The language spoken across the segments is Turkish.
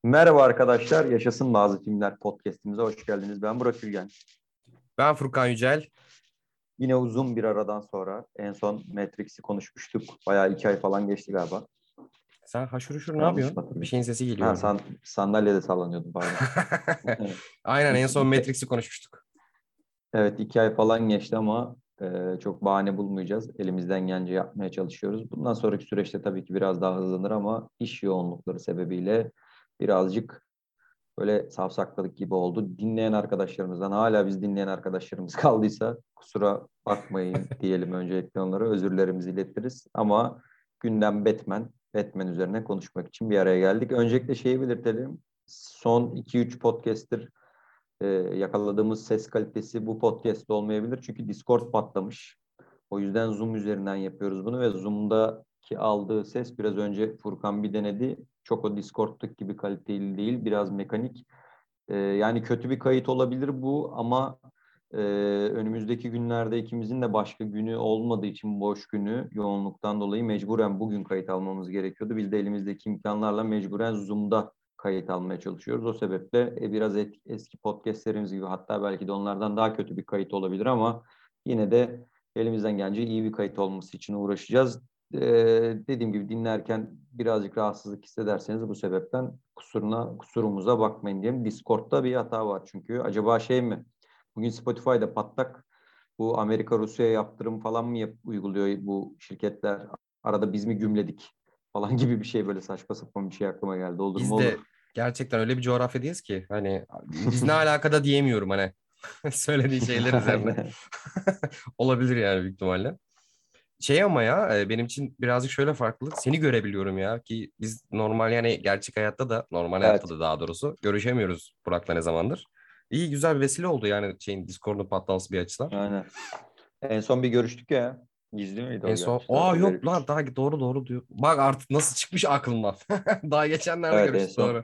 Merhaba arkadaşlar, Yaşasın Bazı Filmler podcastimize hoş geldiniz. Ben Burak Ülgen. Ben Furkan Yücel. Yine uzun bir aradan sonra en son Matrix'i konuşmuştuk. Bayağı 2 ay falan geçti galiba. Sen haşır uşur ne Yanlış yapıyorsun? mı Bir hatırlıyorum? şeyin sesi geliyor Ha, oradan. sandalyede sallanıyordum pardon. Aynen en son İki, Matrix'i konuşmuştuk. evet 2 ay falan geçti ama çok bahane bulmayacağız. Elimizden gelince yapmaya çalışıyoruz. Bundan sonraki süreçte tabii ki biraz daha hızlanır ama iş yoğunlukları sebebiyle birazcık böyle savsakladık gibi oldu. Dinleyen arkadaşlarımızdan hala biz dinleyen arkadaşlarımız kaldıysa kusura bakmayın diyelim öncelikle onlara özürlerimizi iletiriz. Ama gündem Batman. Batman üzerine konuşmak için bir araya geldik. Öncelikle şeyi belirtelim. Son 2-3 podcast'tir yakaladığımız ses kalitesi bu podcast'te olmayabilir. Çünkü Discord patlamış. O yüzden Zoom üzerinden yapıyoruz bunu ve Zoom'daki aldığı ses biraz önce Furkan bir denedi. Çok o Discord'daki gibi kaliteli değil, biraz mekanik. Yani kötü bir kayıt olabilir bu ama önümüzdeki günlerde ikimizin de başka günü olmadığı için boş günü yoğunluktan dolayı mecburen bugün kayıt almamız gerekiyordu. Biz de elimizdeki imkanlarla mecburen Zoom'da kayıt almaya çalışıyoruz. O sebeple biraz eski podcastlerimiz gibi hatta belki de onlardan daha kötü bir kayıt olabilir ama yine de elimizden gelince iyi bir kayıt olması için uğraşacağız. Dediğim gibi dinlerken birazcık rahatsızlık hissederseniz bu sebepten kusurumuza bakmayın diyelim. Discord'da bir hata var çünkü. Acaba şey mi? Bugün Spotify'da patlak bu Amerika Rusya'ya yaptırım falan mı uyguluyor bu şirketler? Arada biz mi gümledik falan gibi bir şey böyle saçma sapan bir şey aklıma geldi. Olur mu Biz olur. de gerçekten öyle bir coğrafyadayız ki hani biz ne alakada diyemiyorum hani söylediği şeyler üzerine. Aynen. Olabilir yani büyük ihtimalle. Şey ama ya benim için birazcık şöyle farklılık. Seni görebiliyorum ya ki biz normal yani gerçek hayatta da normal hayatta Evet. da daha doğrusu görüşemiyoruz Burak'la ne zamandır. İyi güzel bir vesile oldu yani şeyin Discord'un patlaması bir açıdan. Aynen. En son bir görüştük ya. Gizli miydi En o son gerçi? Doğru yok garip. lan daha doğru diyor. Bak artık nasıl çıkmış aklımdan. Daha geçenlerde Evet en görüştük son doğru.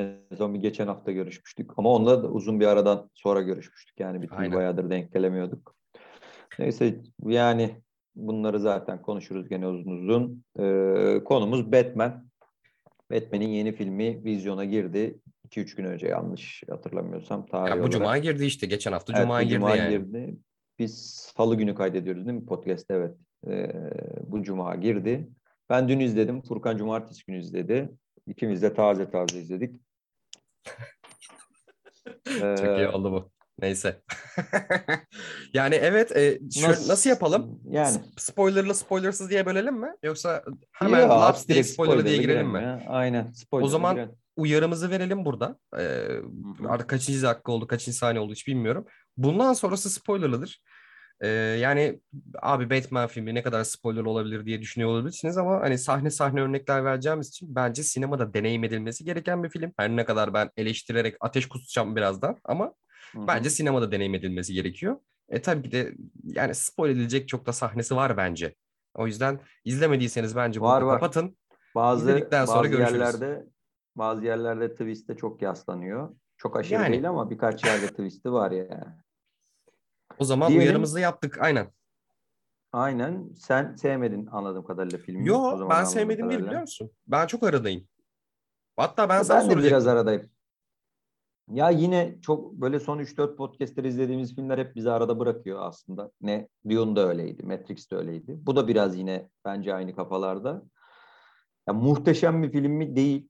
bir geçen hafta görüşmüştük. Ama onunla da uzun bir aradan sonra görüşmüştük. Yani bir türlü Aynen. bayağıdır denk gelemiyorduk. Neyse yani bunları zaten konuşuruz gene uzun uzun. Konumuz Batman. Batman'in yeni filmi vizyona girdi. 2-3 gün önce yanlış hatırlamıyorsam tarih Ya bu cuma olarak. girdi işte. Geçen hafta Evet cuma bu girdi cuma yani. girdi. Biz salı günü kaydediyoruz değil mi podcast? Evet. Bu cuma girdi. Ben dün izledim. Furkan cumartesi günü izledi. İkimiz de taze taze izledik. Çok iyi Ee, oldu bu. Neyse. Yani evet şöyle nasıl nasıl yapalım? yani? Spoilerlı spoilersız diye bölelim mi? Yoksa hemen laps Ya diye direkt spoilerlı diye spoilerla girelim girelim mi? ya. Aynen O spoilerla zaman girelim. uyarımızı verelim burada. Hı hı. Artık kaçıncı dakika oldu, kaçıncı saniye oldu hiç bilmiyorum. Bundan sonrası spoilerlıdır. Yani abi Batman filmi ne kadar spoiler olabilir diye düşünüyor olabilirsiniz ama hani sahne sahne örnekler vereceğimiz için bence sinemada deneyim edilmesi gereken bir film. Her ne kadar ben eleştirerek ateş kusacağım birazdan ama Hı bence hı. sinemada deneyim edilmesi gerekiyor. Tabii ki de yani spoiler edilecek çok da sahnesi var bence. O yüzden izlemediyseniz bence Var burada var. kapatın. Bazı İzledikten sonra bazı görüşürüz. yerlerde bazı yerlerde twist'e çok yaslanıyor. Çok aşırı Yani değil ama birkaç yerde twist'i var ya. o zaman Diyelim uyarımızı yaptık aynen. aynen sen sevmedin anladığım kadarıyla filmi. O Yo zaman ben anladığım sevmedim değil biliyor kadarıyla. musun? Ben çok aradayım. Hatta ben sana Ben de biraz soracaktım. aradayım. Ya yine çok böyle son 3-4 podcast'leri izlediğimiz filmler hep bizi arada bırakıyor aslında. Ne Dune da öyleydi, Matrix de öyleydi. Bu da biraz yine bence aynı kafalarda. Ya, muhteşem bir film mi? Değil.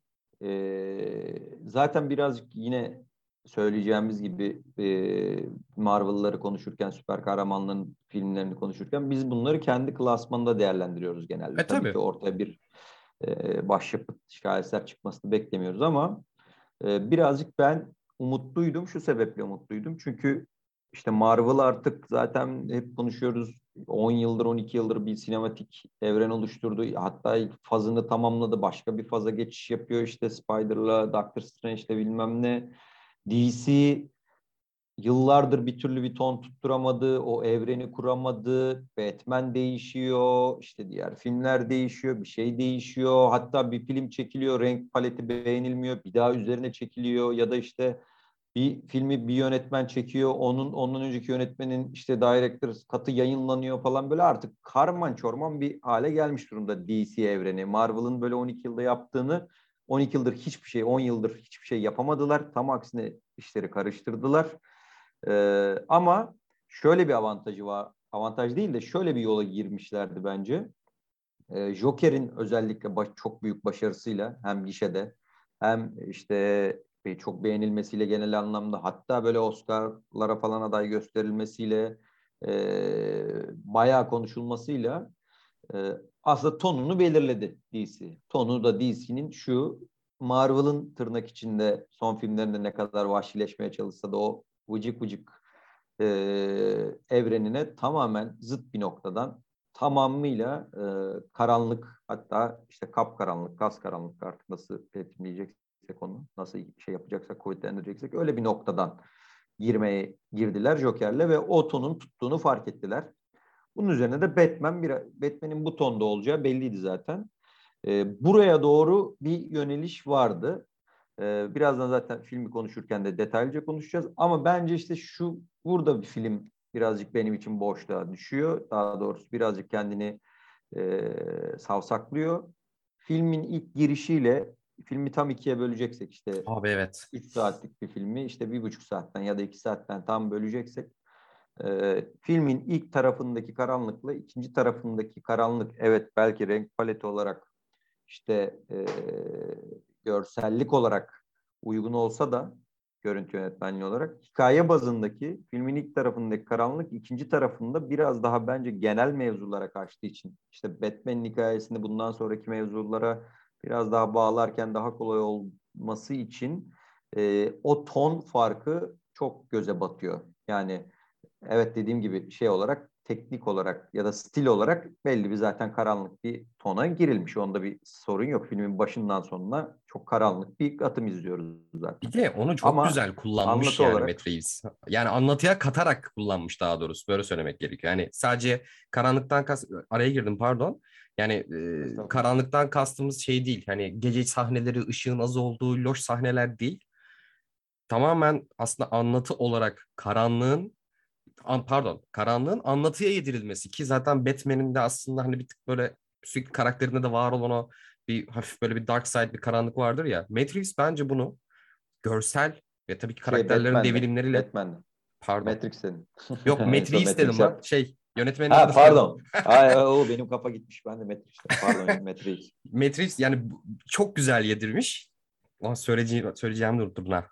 Zaten birazcık yine söyleyeceğimiz gibi Marvel'ları konuşurken, süper kahramanların filmlerini konuşurken biz bunları kendi klasmanında değerlendiriyoruz genelde. Tabii ki Tabii. ortaya bir başyapıt, şaheser çıkmasını beklemiyoruz ama birazcık ben umutluydum. Şu sebeple umutluydum. Çünkü işte Marvel artık zaten hep konuşuyoruz. 10 yıldır, 12 yıldır bir sinematik evren oluşturdu. Hatta ilk fazını tamamladı. Başka bir faza geçiş yapıyor. İşte Spider'la, Doctor Strange'le bilmem ne. DC yıllardır bir türlü bir ton tutturamadı. O evreni kuramadı. Batman değişiyor. İşte diğer filmler değişiyor. Bir şey değişiyor. Hatta bir film çekiliyor. Renk paleti beğenilmiyor. Bir daha üzerine çekiliyor. Ya da işte bir filmi bir yönetmen çekiyor. Ondan önceki yönetmenin işte director katı yayınlanıyor falan böyle artık karman çorman bir hale gelmiş durumda DC evreni. Marvel'ın böyle 12 yılda yaptığını 12 yıldır hiçbir şey, 10 yıldır hiçbir şey yapamadılar. Tam aksine işleri karıştırdılar. Ama şöyle bir avantajı var. Avantaj değil de şöyle bir yola girmişlerdi bence. Joker'in özellikle çok büyük başarısıyla hem gişede hem işte çok beğenilmesiyle genel anlamda, hatta böyle Oscar'lara falan aday gösterilmesiyle bayağı konuşulmasıyla aslında tonunu belirledi DC. Tonu da DC'nin şu: Marvel'ın tırnak içinde son filmlerinde ne kadar vahşileşmeye çalışsa da o vıcık vıcık e, evrenine tamamen zıt bir noktadan, tamamıyla karanlık, hatta işte kapkaranlık, gaz karanlık, artık nasıl betimleyeceksek onu, nasıl şey yapacaksak, kuvvetlendireceksek, öyle bir noktadan girdiler Joker'le ve o tonun tuttuğunu fark ettiler. Bunun üzerine de Batman'in bu tonda olacağı belliydi zaten. Buraya doğru bir yöneliş vardı. Birazdan zaten filmi konuşurken de detaylıca konuşacağız. Ama bence işte burada bir film birazcık benim için boşluğa düşüyor. Daha doğrusu birazcık kendini savsaklıyor. Filmin ilk girişiyle, filmi tam ikiye böleceksek, işte Abi evet. 3 saatlik bir filmi işte 1,5 saatten ya da 2 saatten tam böleceksek, filmin ilk tarafındaki karanlıkla ikinci tarafındaki karanlık, evet belki renk paleti olarak, işte görsellik olarak uygun olsa da, görüntü yönetmenliği olarak, hikaye bazındaki filmin ilk tarafındaki karanlık ikinci tarafında biraz daha bence genel mevzulara kaçtığı için, işte Batman'in hikayesini bundan sonraki mevzulara biraz daha bağlarken daha kolay olması için o ton farkı çok göze batıyor. Yani evet, dediğim gibi şey olarak, teknik olarak ya da stil olarak belli bir zaten karanlık bir tona girilmiş. Onda bir sorun yok. Filmin başından sonuna çok karanlık bir atım izliyoruz Bir zaten. de onu çok Ama güzel kullanmış anlatı yani olarak, Matt Reeves. Yani anlatıya katarak kullanmış, daha doğrusu. Böyle söylemek gerekiyor. Yani sadece karanlıktan araya girdim, pardon. Yani estağfurullah. karanlıktan kastımız şey değil. Hani gece sahneleri, ışığın az olduğu loş sahneler değil. Tamamen aslında anlatı olarak karanlığın anlatıya yedirilmesi, ki zaten Batman'in de aslında hani bir tık böyle sürekli karakterinde de var olan o bir hafif böyle bir dark side, bir karanlık vardır ya. Matrix bence bunu görsel ve tabii ki karakterlerin Batman'de. devinimleriyle, Batman'de. pardon. Matrix dedim. Yok, En son Matrix dedim Matrix lan. yap. Yönetmenin Ha, adını söyledim. pardon. Ay, o benim kafa gitmiş. Ben de Matrix'te. Pardon, Matrix. Matrix yani çok güzel yedirmiş. Ama söyleyeceğimi de unuttum ha.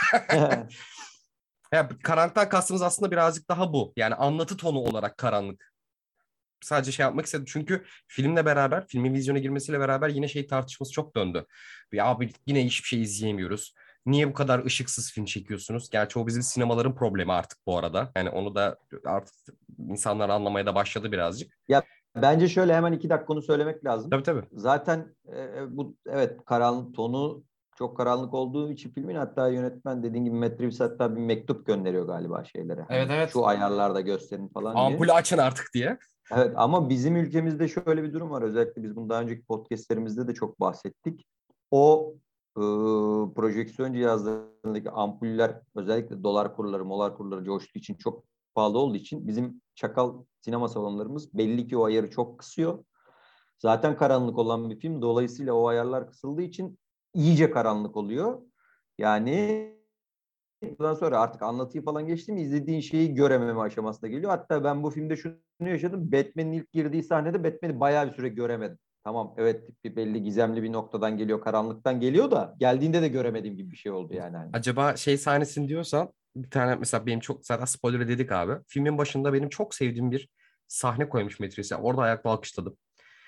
Ya, karanlıktan kastımız aslında birazcık daha bu. Yani anlatı tonu olarak karanlık. Sadece şey yapmak istedim. Çünkü filmle beraber, filmin vizyona girmesiyle beraber yine şey tartışması çok döndü. Ya abi, yine hiçbir şey izleyemiyoruz. Niye bu kadar ışıksız film çekiyorsunuz? Gerçi o bizim sinemaların problemi artık bu arada. Yani onu da artık insanlar anlamaya da başladı birazcık. Ya bence şöyle, hemen 2 dakika onu söylemek lazım. Tabii tabii. Zaten bu, evet, karanlık tonu çok karanlık olduğu için filmin, hatta yönetmen dediğin gibi Matt Reeves hatta bir mektup gönderiyor galiba şeylere. Evet Hani evet. şu ayarlarda gösterin falan diye. Ampulü açın artık diye. Evet, ama bizim ülkemizde şöyle bir durum var. Özellikle biz bunu daha önceki podcastlerimizde de çok bahsettik. O e, projeksiyon cihazlarındaki ampuller, özellikle dolar kurları, molar kurları coştuğu için, çok pahalı olduğu için, bizim çakal sinema salonlarımız belli ki o ayarı çok kısıyor. Zaten karanlık olan bir film, dolayısıyla o ayarlar kısıldığı için iyice karanlık oluyor. Yani bundan sonra artık anlatıyı falan geçti mi, izlediğin şeyi görememe aşamasına geliyor. Hatta ben bu filmde şunu yaşadım. Batman'in ilk girdiği sahnede Batman'i bayağı bir süre göremedim. Tamam, evet, bir belli gizemli bir noktadan geliyor, karanlıktan geliyor da geldiğinde de göremediğim gibi bir şey oldu yani. Hani. Acaba şey sahnesini diyorsan, bir tane mesela benim çok, zaten spoiler dedik abi. Filmin başında benim çok sevdiğim bir sahne koymuş Matrix. Yani orada ayakta alkışladım.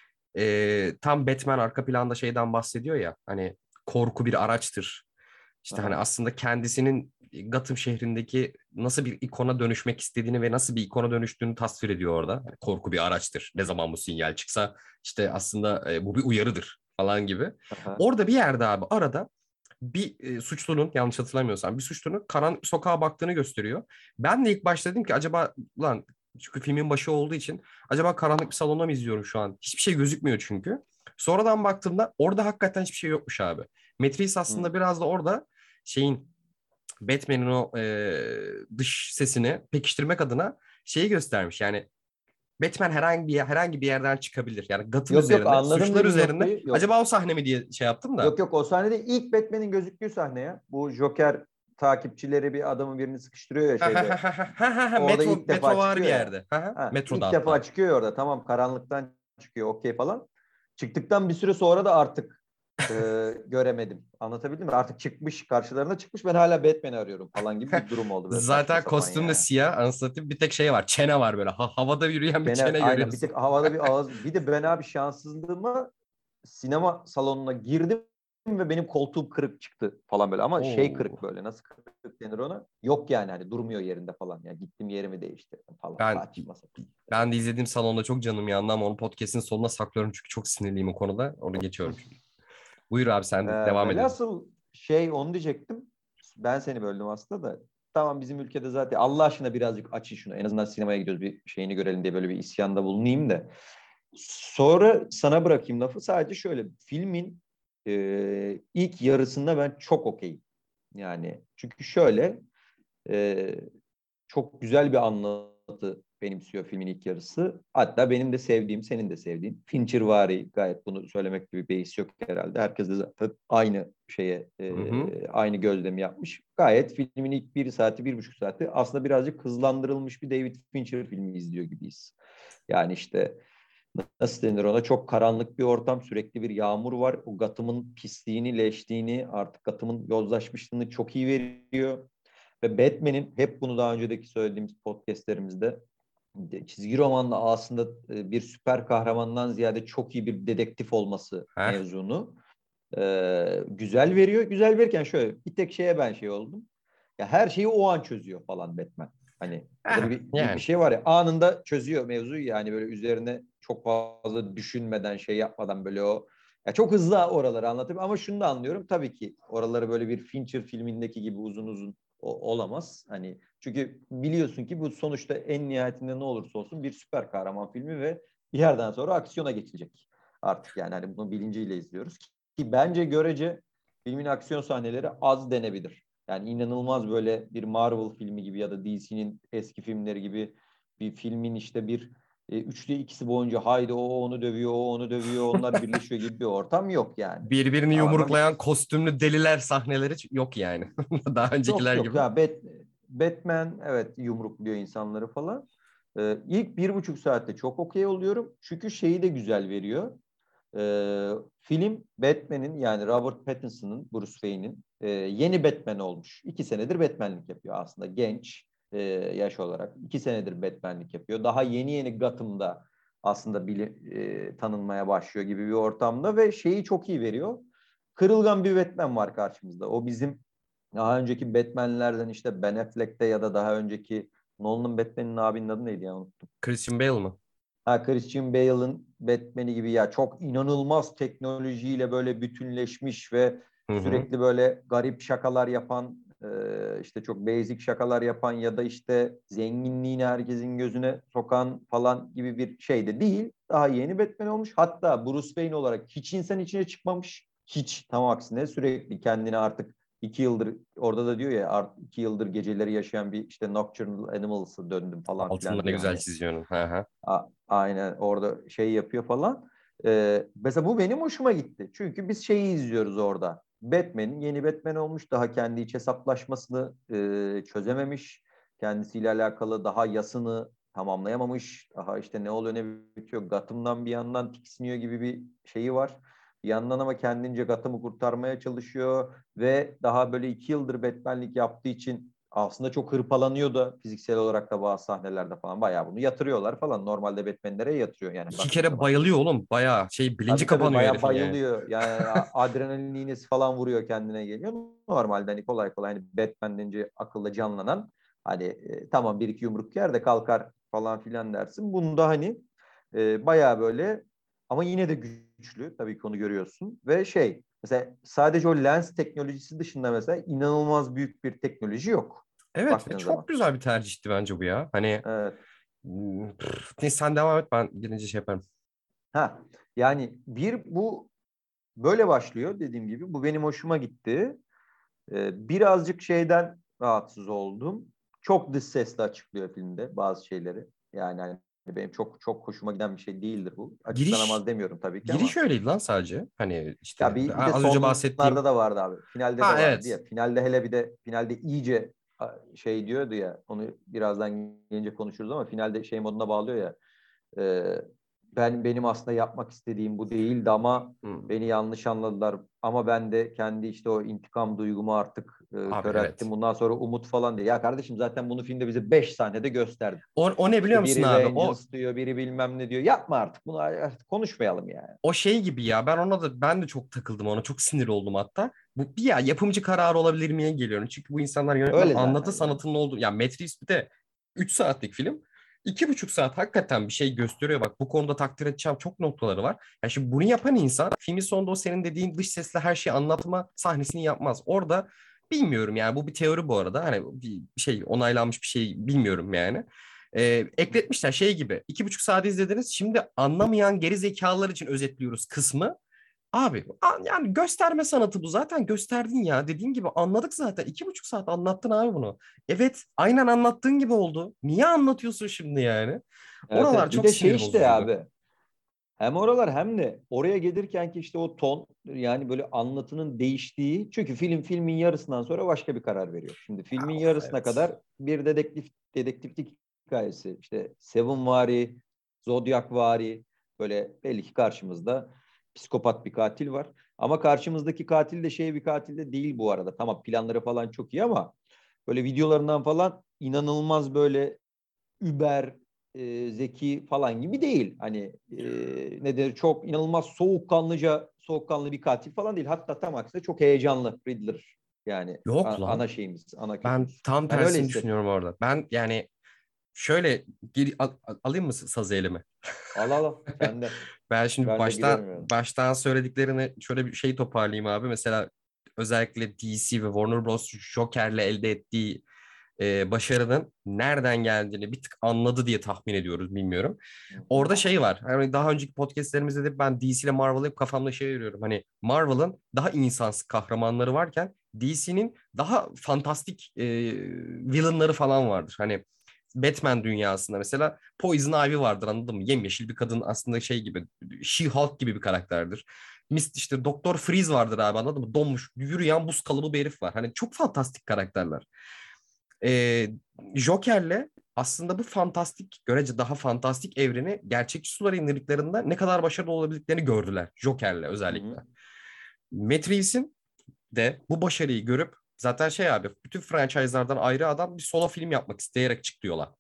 Tam Batman arka planda şeyden bahsediyor ya, hani korku bir araçtır. İşte hani Aha. aslında kendisinin Gotham şehrindeki nasıl bir ikona dönüşmek istediğini ve nasıl bir ikona dönüştüğünü tasvir ediyor orada. Hani korku bir araçtır. Ne zaman bu sinyal çıksa işte aslında bu bir uyarıdır falan gibi. Aha. Orada bir yerde abi arada bir suçlunun, yanlış hatırlamıyorsam bir suçlunun karanlık bir sokağa baktığını gösteriyor. Ben de ilk başta dedim ki acaba lan, çünkü filmin başı olduğu için, acaba karanlık bir salonda mı izliyorum şu an? Hiçbir şey gözükmüyor çünkü. Sonradan baktığımda orada hakikaten hiçbir şey yokmuş abi. Matrix aslında Hmm. biraz da orada şeyin, Batman'in o dış sesini pekiştirmek adına şeyi göstermiş. Yani Batman herhangi bir yerden çıkabilir. Yani Gotham Yok yok, üzerinde, anladım suçlar dediğin üzerinde. noktayı. Yok. Acaba o sahne mi diye şey yaptım da. Yok yok, o sahnede ilk Batman'in gözüktüğü sahne ya. Bu Joker takipçileri bir adamın birini sıkıştırıyor ya şeyde. Orada ilk defa Metrovari bir çıkıyor ya. yerde. Ha, Metroda ilk hatta. defa çıkıyor ya orada. Tamam, karanlıktan çıkıyor, okey falan. Çıktıktan bir süre sonra da artık e, göremedim. Anlatabildim mi? Artık çıkmış, karşılarına çıkmış. Ben hala Batman'i arıyorum falan gibi bir durum oldu. Böyle saçma Zaten sapan kostümde yani. siyah. Anasını satayım. Bir tek şey var. Çene var böyle. Havada yürüyen bir Gene çene aynen, bir görüyorsun. tek havada bir ağız. Bir de ben abi şanssızlığıma sinema salonuna girdim ve benim koltuğum kırık çıktı falan böyle. Ama şey Oo. kırık, böyle nasıl kırık denir ona? Yok yani, hani durmuyor yerinde falan. Yani gittim, yerimi değiştirdim falan. Ben Saçma sapan. ben de izlediğim salonda çok canım yandı ama onu podcast'in sonuna saklıyorum çünkü çok sinirliyim o konuda. Onu geçiyorum çünkü. Buyur abi sen de devam edelim. Velhasıl şey, onu diyecektim. Ben seni böldüm aslında da. Tamam, bizim ülkede zaten Allah aşkına birazcık açın şunu. En azından sinemaya gidiyoruz, bir şeyini görelim diye böyle bir isyanda bulunayım da. Sonra sana bırakayım lafı. Sadece şöyle, filmin ilk yarısında ben çok okeyim. Yani çünkü şöyle, e, çok güzel bir anlatı benimsiyor filmin ilk yarısı. Hatta benim de sevdiğim, senin de sevdiğin Finchervari, gayet bunu söylemek gibi bir beis yok herhalde. Herkes de zaten aynı şeye, Hı hı. aynı gözlemi yapmış. Gayet filmin ilk 1 saati, 1,5 saati aslında birazcık hızlandırılmış bir David Fincher filmi izliyor gibiyiz. Yani işte nasıl denir ona, çok karanlık bir ortam, sürekli bir yağmur var. O Gotham'ın pisliğini, leşliğini, artık Gotham'ın yozlaşmışlığını çok iyi veriyor. Ve Batman'in, hep bunu daha önceki söylediğimiz podcastlerimizde, çizgi romanda aslında bir süper kahramandan ziyade çok iyi bir dedektif olması Heh. mevzunu güzel veriyor. Güzel verirken şöyle bir tek şeye ben şey oldum. Ya her şeyi o an çözüyor falan Batman. Hani böyle bir Yani. şey var ya, anında çözüyor mevzuyu, yani böyle üzerine çok fazla düşünmeden, şey yapmadan, böyle o ya çok hızlı oraları anlatıyor, ama şunu da anlıyorum tabii ki, oraları böyle bir Fincher filmindeki gibi uzun uzun olamaz. Hani çünkü biliyorsun ki bu sonuçta en nihayetinde ne olursa olsun bir süper kahraman filmi ve bir yerden sonra aksiyona geçilecek. Artık yani hani bunun bilinciyle izliyoruz ki bence görece filmin aksiyon sahneleri az denebilir. Yani inanılmaz böyle bir Marvel filmi gibi ya da DC'nin eski filmleri gibi bir filmin işte bir 3'te 2'si boyunca haydi o onu dövüyor, o onu dövüyor, onlar birleşiyor gibi bir ortam yok yani. Birbirini Tamamen bir yumruklayan kostümlü deliler sahneleri yok yani. Daha çok öncekiler yok gibi. ya. Batman evet yumrukluyor insanları falan. İlk 1,5 saatte çok okey oluyorum. Çünkü şeyi de güzel veriyor. Film Batman'in, yani Robert Pattinson'ın, Bruce Wayne'in yeni Batman olmuş. 2 senedir Batman'lik yapıyor aslında. Genç yaş olarak. 2 senedir Batman'lik yapıyor. Daha yeni yeni Gotham'da aslında tanınmaya başlıyor gibi bir ortamda ve şeyi çok iyi veriyor. Kırılgan bir Batman var karşımızda. O bizim daha önceki Batman'lerden, işte Ben Affleck'te ya da daha önceki Nolan'ın Batman'in, abinin adı neydi ya, unuttum. Christian Bale mı? Ha, Christian Bale'ın Batman'i gibi, ya çok inanılmaz teknolojiyle böyle bütünleşmiş ve Hı hı. sürekli böyle garip şakalar yapan, işte çok basic şakalar yapan ya da işte zenginliğini herkesin gözüne sokan falan gibi bir şey de değil. Daha yeni Batman olmuş. Hatta Bruce Wayne olarak hiç insan içine çıkmamış. Hiç, tam aksine sürekli kendini artık 2 yıldır, orada da diyor ya, artık 2 yıldır geceleri yaşayan bir işte nocturnal animals'a döndüm falan Altında filan ne diyor güzel hani. çiziyorsun. Hı hı. Aynen, orada şey yapıyor falan. Mesela bu benim hoşuma gitti. Çünkü biz şeyi izliyoruz orada. Batman'in yeni Batman olmuş. Daha kendi iç hesaplaşmasını çözememiş. Kendisiyle alakalı daha yasını tamamlayamamış. Daha işte ne oluyor ne bitiyor. Gotham'dan bir yandan tiksiniyor gibi bir şeyi var. Bir yandan ama kendince Gotham'ı kurtarmaya çalışıyor. Ve daha böyle 2 yıldır Batman'lik yaptığı için aslında çok hırpalanıyor da fiziksel olarak da bazı sahnelerde falan bayağı bunu yatırıyorlar falan. Normalde Batman'lere yatırıyor yani İki baktığın kere zaman. bayılıyor oğlum. Bayağı bilinci Tabii tabii, kapanıyor bayağı herifin yani. bayılıyor. Yani adrenalin iğnesi falan vuruyor, kendine geliyor. Normalde hani kolay kolay hani Batman deyince akılda canlanan, hani tamam bir iki yumruk yer de kalkar falan filan dersin. Bunda hani bayağı böyle, ama yine de güçlü. Tabii ki onu görüyorsun. Ve şey, mesela sadece o lens teknolojisi dışında mesela inanılmaz büyük bir teknoloji yok Evet ve baktığın çok zaman. güzel bir tercihti bence bu ya. Hani Evet. neyse sen devam et ben gelince şey yaparım. Ha, yani bu böyle başlıyor dediğim gibi. Bu benim hoşuma gitti. Birazcık şeyden rahatsız oldum. Çok dış sesle açıklıyor filmde bazı şeyleri. Yani hani Benim çok çok hoşuma giden bir şey değildir bu. Giriş Açıklanamaz demiyorum tabii ki giriş ama. öyleydi lan sadece. Hani Ya işte bir de az önce bahsettiğim. sonlarda da vardı abi. Finalde de Ha, vardı evet. ya. Finalde hele bir de finalde iyice şey diyordu ya. Onu birazdan gelince konuşuruz ama finalde şey moduna bağlıyor ya. Ee, benim aslında yapmak istediğim bu değildi ama Hmm. beni yanlış anladılar. Ama ben de kendi işte o intikam duygumu artık Abi körelttim. evet. Bundan sonra umut falan diye. Ya kardeşim zaten bunu filmde bize 5 sahnede gösterdi. O ne biliyor İşte musun biri abi? O vengeance diyor, biri bilmem ne diyor. Yapma artık bunu artık konuşmayalım yani. o şey gibi ya. Ben de çok takıldım ona. Çok sinir oldum hatta. Bu bir ya yapımcı kararı olabilir miye geliyorum. Çünkü bu insanlar yönetmen Öyle anlatı zaten yani. sanatının olduğu. Ya Matrix bir de 3 saatlik film. 2,5 saat hakikaten bir şey gösteriyor. Bak bu konuda takdir edeceğim çok noktaları var. Ya şimdi bunu yapan insan filmin sonunda o senin dediğin dış sesle her şeyi anlatma sahnesini yapmaz. Orada bilmiyorum yani bu bir teori bu arada. Hani bir şey onaylanmış bir şey bilmiyorum yani. Ekletmişler şey gibi 2,5 saat izlediniz şimdi anlamayan geri zekalılar için özetliyoruz kısmı. Abi yani gösterme sanatı bu zaten gösterdin ya dediğin gibi anladık zaten 2,5 saat anlattın abi bunu. Evet aynen anlattığın gibi oldu. Niye anlatıyorsun şimdi yani? Evet, Oralar evet. Bir çok de şey sinir işte bozucuydu. abi. Hem oralar hem de oraya gelirken ki işte o ton yani böyle anlatının değiştiği. Çünkü filmin yarısından sonra başka bir karar veriyor. Şimdi filmin yarısına Evet. kadar bir dedektiflik hikayesi. İşte Sevenvari, Zodiacvari böyle belli ki karşımızda psikopat bir katil var. Ama karşımızdaki katil de bir katil de değil bu arada. Tamam planları falan çok iyi ama böyle videolarından falan inanılmaz böyle über zeki falan gibi değil. Hani nedir çok inanılmaz soğukkanlı bir katil falan değil. Hatta tam aksine çok heyecanlı Riddler. Yani Yok lan. ana şeyimiz, ana Ben kötümüz. tam Ben öyle tersini hissettim. düşünüyorum orada. Ben yani şöyle alayım mı sazı elime? Al al al. Sen de. Ben şimdi Ben de baştan girerim yani. baştan söylediklerini şöyle bir şey toparlayayım abi. Mesela özellikle DC ve Warner Bros. Joker'le elde ettiği başarının nereden geldiğini bir tık anladı diye tahmin ediyoruz bilmiyorum. Hı hı. Orada şey var. Hani daha önceki podcastlerimizde de ben DC ile Marvel'ı hep kafamda şey görüyorum. Hani Marvel'ın daha insansı kahramanları varken DC'nin daha fantastik villainları falan vardır. Hani Batman dünyasında mesela Poison Ivy vardır anladın mı? Yemyeşil bir kadın aslında şey gibi She-Hulk gibi bir karakterdir. Mist işte Doktor Freeze vardır abi anladın mı? Donmuş yürüyen buz kalıbı bir herif var. Hani çok fantastik karakterler. Ee, Joker'le aslında bu fantastik, görece daha fantastik evreni gerçekçi sulara indirdiklerinde ne kadar başarılı olabildiklerini gördüler. Joker'le Hı özellikle. hı. Matrix'in de bu başarıyı görüp zaten şey abi bütün franchise'lardan ayrı adam bir solo film yapmak isteyerek çıktı yola.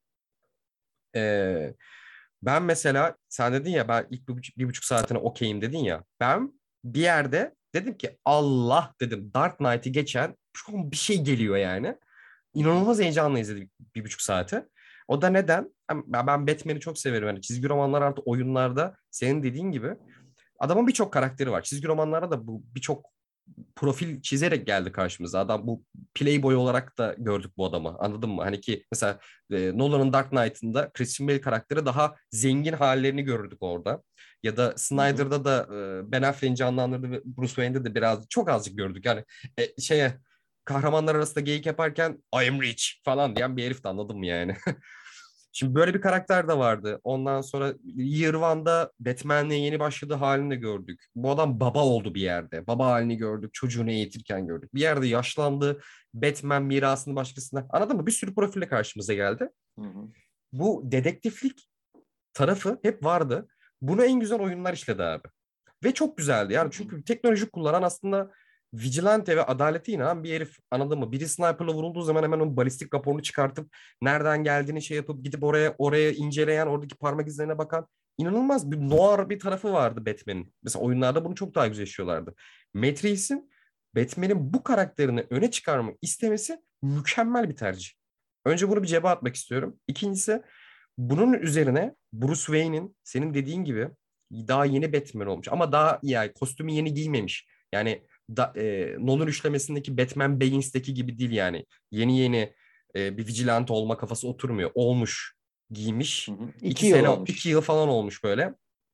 Ee, Ben mesela sen dedin ya ben ilk 1,5 saatine okeyim dedin ya. Ben bir yerde dedim ki Allah dedim Dark Knight'i geçen şu an bir şey geliyor yani. Hı hı. İnanılmaz heyecanla izledim 1,5 saate. O da neden? Ben Batman'i çok severim. Yani çizgi romanlar artı oyunlarda senin dediğin gibi adamın birçok karakteri var. Çizgi romanlarda da bu birçok profil çizerek geldi karşımıza. Adam bu playboy olarak da gördük bu adamı. Anladın mı? Hani ki mesela Nolan'ın Dark Knight'ında Christian Bale karakteri daha zengin hallerini görürdük orada. Ya da Hı hı. Snyder'da da Ben Affleck'in canlandırdığı ve Bruce Wayne'de de biraz çok azıcık gördük. Yani kahramanlar arasında geyik yaparken I am rich falan diyen bir herif de anladın mı yani? Şimdi böyle bir karakter de vardı. Ondan sonra Year One'da Batman'le yeni başladığı halini de gördük. Bu adam baba oldu bir yerde. Baba halini gördük. Çocuğunu eğitirken gördük. Bir yerde yaşlandı. Batman mirasını başkasına. Anladın mı? Bir sürü profille karşımıza geldi. Hı hı. Bu dedektiflik tarafı hep vardı. Bunu en güzel oyunlar işledi abi. Ve çok güzeldi. Hı Yani hı. çünkü teknoloji kullanan aslında vigilante ve adalete inanan bir herif anladın mı? Biri sniperla vurulduğu zaman hemen onun balistik raporunu çıkartıp nereden geldiğini şey yapıp gidip oraya inceleyen oradaki parmak izlerine bakan inanılmaz bir noir bir tarafı vardı Batman'in. Mesela oyunlarda bunu çok daha güzel yaşıyorlardı. Matrix'in Batman'in bu karakterini öne çıkarmak istemesi mükemmel bir tercih. Önce bunu bir cebe atmak istiyorum. İkincisi bunun üzerine Bruce Wayne'in senin dediğin gibi daha yeni Batman olmuş ama daha yani kostümü yeni giymemiş. Yani Nolan üçlemesindeki Batman Begins'teki gibi değil yani. Yeni bir vigilante olma kafası oturmuyor. Olmuş, Hı giymiş. hı. İki 2 yıl sene, olmuş 2 işte. yıl falan olmuş böyle.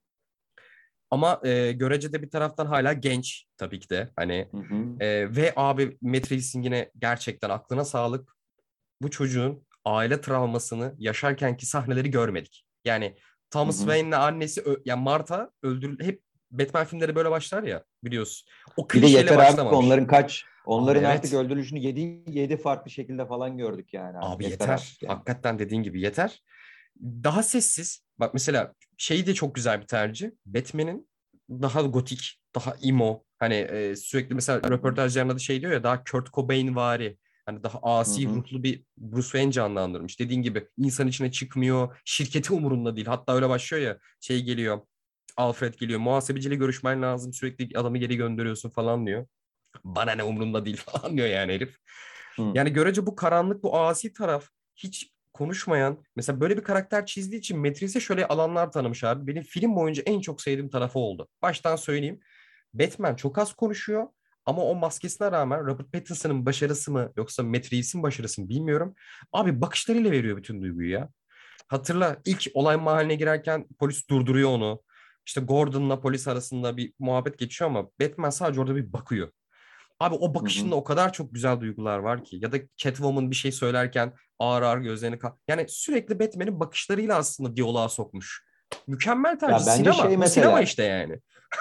Ama görecede bir taraftan hala genç tabii ki de. Hani Hı hı. ve abi Matrix'in yine gerçekten aklına sağlık. Bu çocuğun aile travmasını yaşarkenki sahneleri görmedik. Yani Hı Thomas hı. Wayne'le annesi yani Martha hep Batman filmleri böyle başlar ya, biliyorsun. O Bir de klişeyle yeter abi, başlamamış. onların Abi artık evet. öldürülüşünü yedi farklı şekilde falan gördük yani. Hani Abi yeter yeter. artık yani. Hakikaten dediğin gibi yeter. Daha sessiz. Bak mesela şeyi de çok güzel bir tercih. Batman'in daha gotik, daha emo. Hani sürekli mesela Hı hı. röportajlarında da şey diyor ya, daha Kurt Cobain vari. Hani daha Hı asi hı. ruhlu bir Bruce Wayne canlandırmış. Dediğin gibi insan içine çıkmıyor. Şirketi umurunda değil. Hatta öyle başlıyor ya, şey geliyor. Alfred geliyor. Muhasebeciyle görüşmen lazım. Sürekli adamı geri gönderiyorsun falan diyor. Bana ne, umurumda değil falan diyor yani herif. Hı. Yani görece bu karanlık, bu asi taraf hiç konuşmayan, mesela böyle bir karakter çizdiği için Matrix'e şöyle alanlar tanımış abi. Benim film boyunca en çok sevdiğim tarafı oldu. Baştan söyleyeyim. Batman çok az konuşuyor ama o maskesine rağmen Robert Pattinson'ın başarısı mı yoksa Matrix'in başarısı mı bilmiyorum. Abi bakışlarıyla veriyor bütün duyguyu ya. Hatırla, ilk olay mahalline girerken polis durduruyor onu. İşte Gordon'la polis arasında bir muhabbet geçiyor ama Batman sadece orada bir bakıyor. Abi o Hı hı. bakışında o kadar çok güzel duygular var ki. Ya da Catwoman bir şey söylerken ağır ağır gözlerini yani sürekli Batman'in bakışlarıyla aslında diyaloğa sokmuş. Mükemmel tercih. Ya bence Sinema. şey Bu sinema mesela işte yani.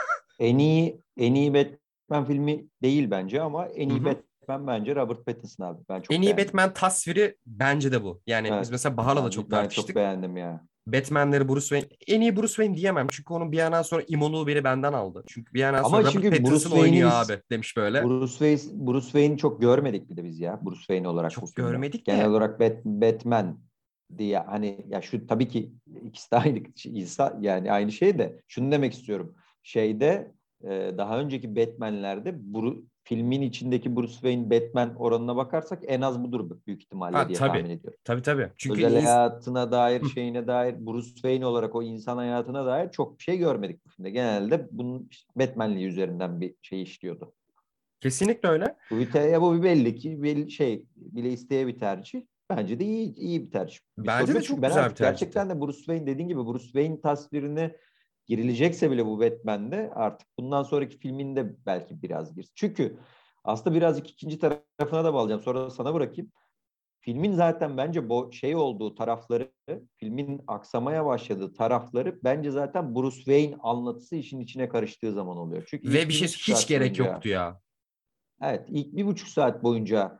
en iyi Batman filmi değil bence ama en Hı iyi hı. Batman bence Robert Pattinson abi. Ben En çok iyi beğendim. Batman tasviri bence de bu. Yani biz Evet. mesela Bahar'la da çok Ben çok tartıştık. beğendim ya. Batman'leri Bruce Wayne. En iyi Bruce Wayne diyemem. Çünkü onun bir yandan sonra imonu beni benden aldı. Çünkü bir yandan Ama sonra Robert çünkü Bruce Pattinson Wayne'i oynuyor biz abi demiş böyle. Bruce Wayne'i çok görmedik bir de biz ya. Bruce Wayne olarak bu Çok filmde. görmedik Genel de. olarak Batman diye hani ya şu tabii ki ikisi de aynı insan yani aynı şey de şunu demek istiyorum. Şeyde daha önceki Batman'lerde filmin içindeki Bruce Wayne Batman oranına bakarsak en az budur büyük ihtimalle Ha diye tahmin tabii. ediyorum. Tabii tabii. Çünkü Özel hayatına dair, şeyine dair, Bruce Wayne olarak o insan hayatına dair çok bir şey görmedik bu filmde. Genelde bunun işte Batman'liği üzerinden bir şey işliyordu. kesinlikle öyle. Bu bir belli ki bile isteye bir tercih. Bence de iyi bir tercih. Bir sorun Bence de yok çünkü çok ben güzel bir artık tercihti. gerçekten de Bruce Wayne dediğin gibi Bruce Wayne tasvirine girilecekse bile bu Batman'de artık bundan sonraki filminde belki biraz girsin. Çünkü aslında birazcık ikinci tarafına da bağlayacağım. Sonra da sana bırakayım. Filmin zaten bence bu şey olduğu tarafları, filmin aksamaya başladığı tarafları bence zaten Bruce Wayne anlatısı işin içine karıştığı zaman oluyor. Çünkü Ve ilk bir bir şey buçuk hiç saat gerek boyunca yoktu ya. Evet, ilk 1,5 saat boyunca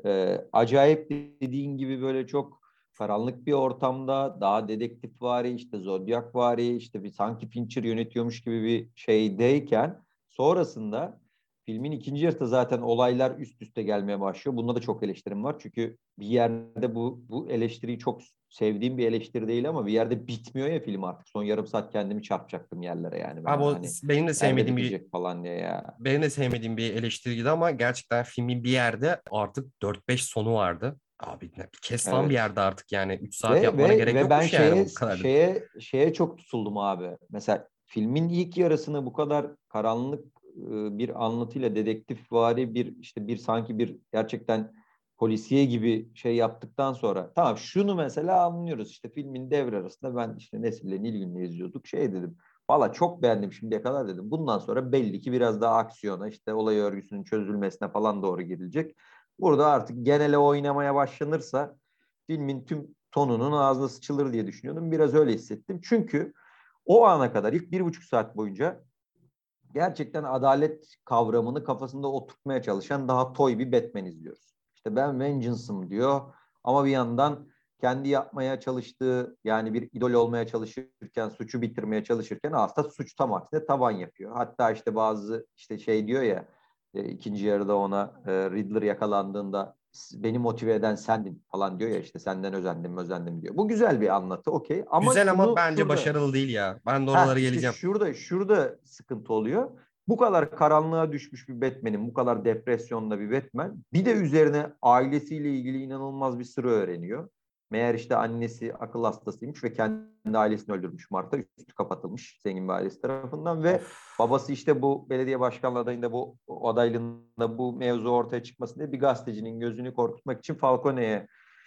acayip dediğin gibi böyle çok karanlık bir ortamda daha dedektifvari işte Zodiac'vari işte bir sanki Fincher yönetiyormuş gibi bir şeydeyken sonrasında filmin ikinci yarısı zaten olaylar üst üste gelmeye başlıyor. Bunda da çok eleştirim var. Çünkü bir yerde bu eleştiriyi çok sevdiğim bir eleştiri değil ama bir yerde bitmiyor ya film artık. Son yarım saat kendimi çarpacaktım yerlere yani ben Abi o hani benim de nerede sevmediğim bir bitecek falan diye ya. benim de sevmediğim bir eleştiriydi ama gerçekten filmin bir yerde artık 4-5 sonu vardı. Abi kes lan bir Evet. yerde artık yani. 3 saat Ve yapmana ve gerek ve ben yokmuş yani şeye bu kadar dedim. şeye şeye çok tutuldum abi. Mesela filmin ilk yarısını bu kadar karanlık bir anlatıyla dedektifvari bir işte bir sanki bir gerçekten polisiye gibi şey yaptıktan sonra tamam şunu mesela anlıyoruz işte filmin devre arasında ben işte Nesil'le Nilgün'le izliyorduk şey dedim. Valla çok beğendim şimdiye kadar dedim. Bundan sonra belli ki biraz daha aksiyona işte olay örgüsünün çözülmesine falan doğru girilecek. Burada artık genele oynamaya başlanırsa filmin tüm tonunun ağzına sıçılır diye düşünüyordum. Biraz öyle hissettim. Çünkü o ana kadar ilk 1,5 saat boyunca gerçekten adalet kavramını kafasında oturtmaya çalışan daha toy bir Batman izliyoruz. İşte ben Vengeance'ım diyor ama bir yandan kendi yapmaya çalıştığı yani bir idol olmaya çalışırken suçu bitirmeye çalışırken aslında suç tam aksine tavan yapıyor. Hatta işte bazı işte şey diyor ya ikinci yarıda ona Riddler yakalandığında beni motive eden sendin falan diyor ya işte senden özendim diyor. Bu güzel bir anlatı okey ama Güzel ama şunu bence şurada başarılı değil ya. Ben de oralara Ha işte geleceğim. şurada sıkıntı oluyor. Bu kadar karanlığa düşmüş bir Batman'in, bu kadar depresyonda bir Batman, bir de üzerine ailesiyle ilgili inanılmaz bir sır öğreniyor. Meğer işte annesi akıl hastasıymış ve kendi ailesini öldürmüş Martha. Üstü kapatılmış zengin bir ailesi tarafından ve Of. babası işte bu belediye başkanlığı adayında bu adaylığında bu mevzu ortaya çıkmasın diye bir gazetecinin gözünü korkutmak için Falcone'ye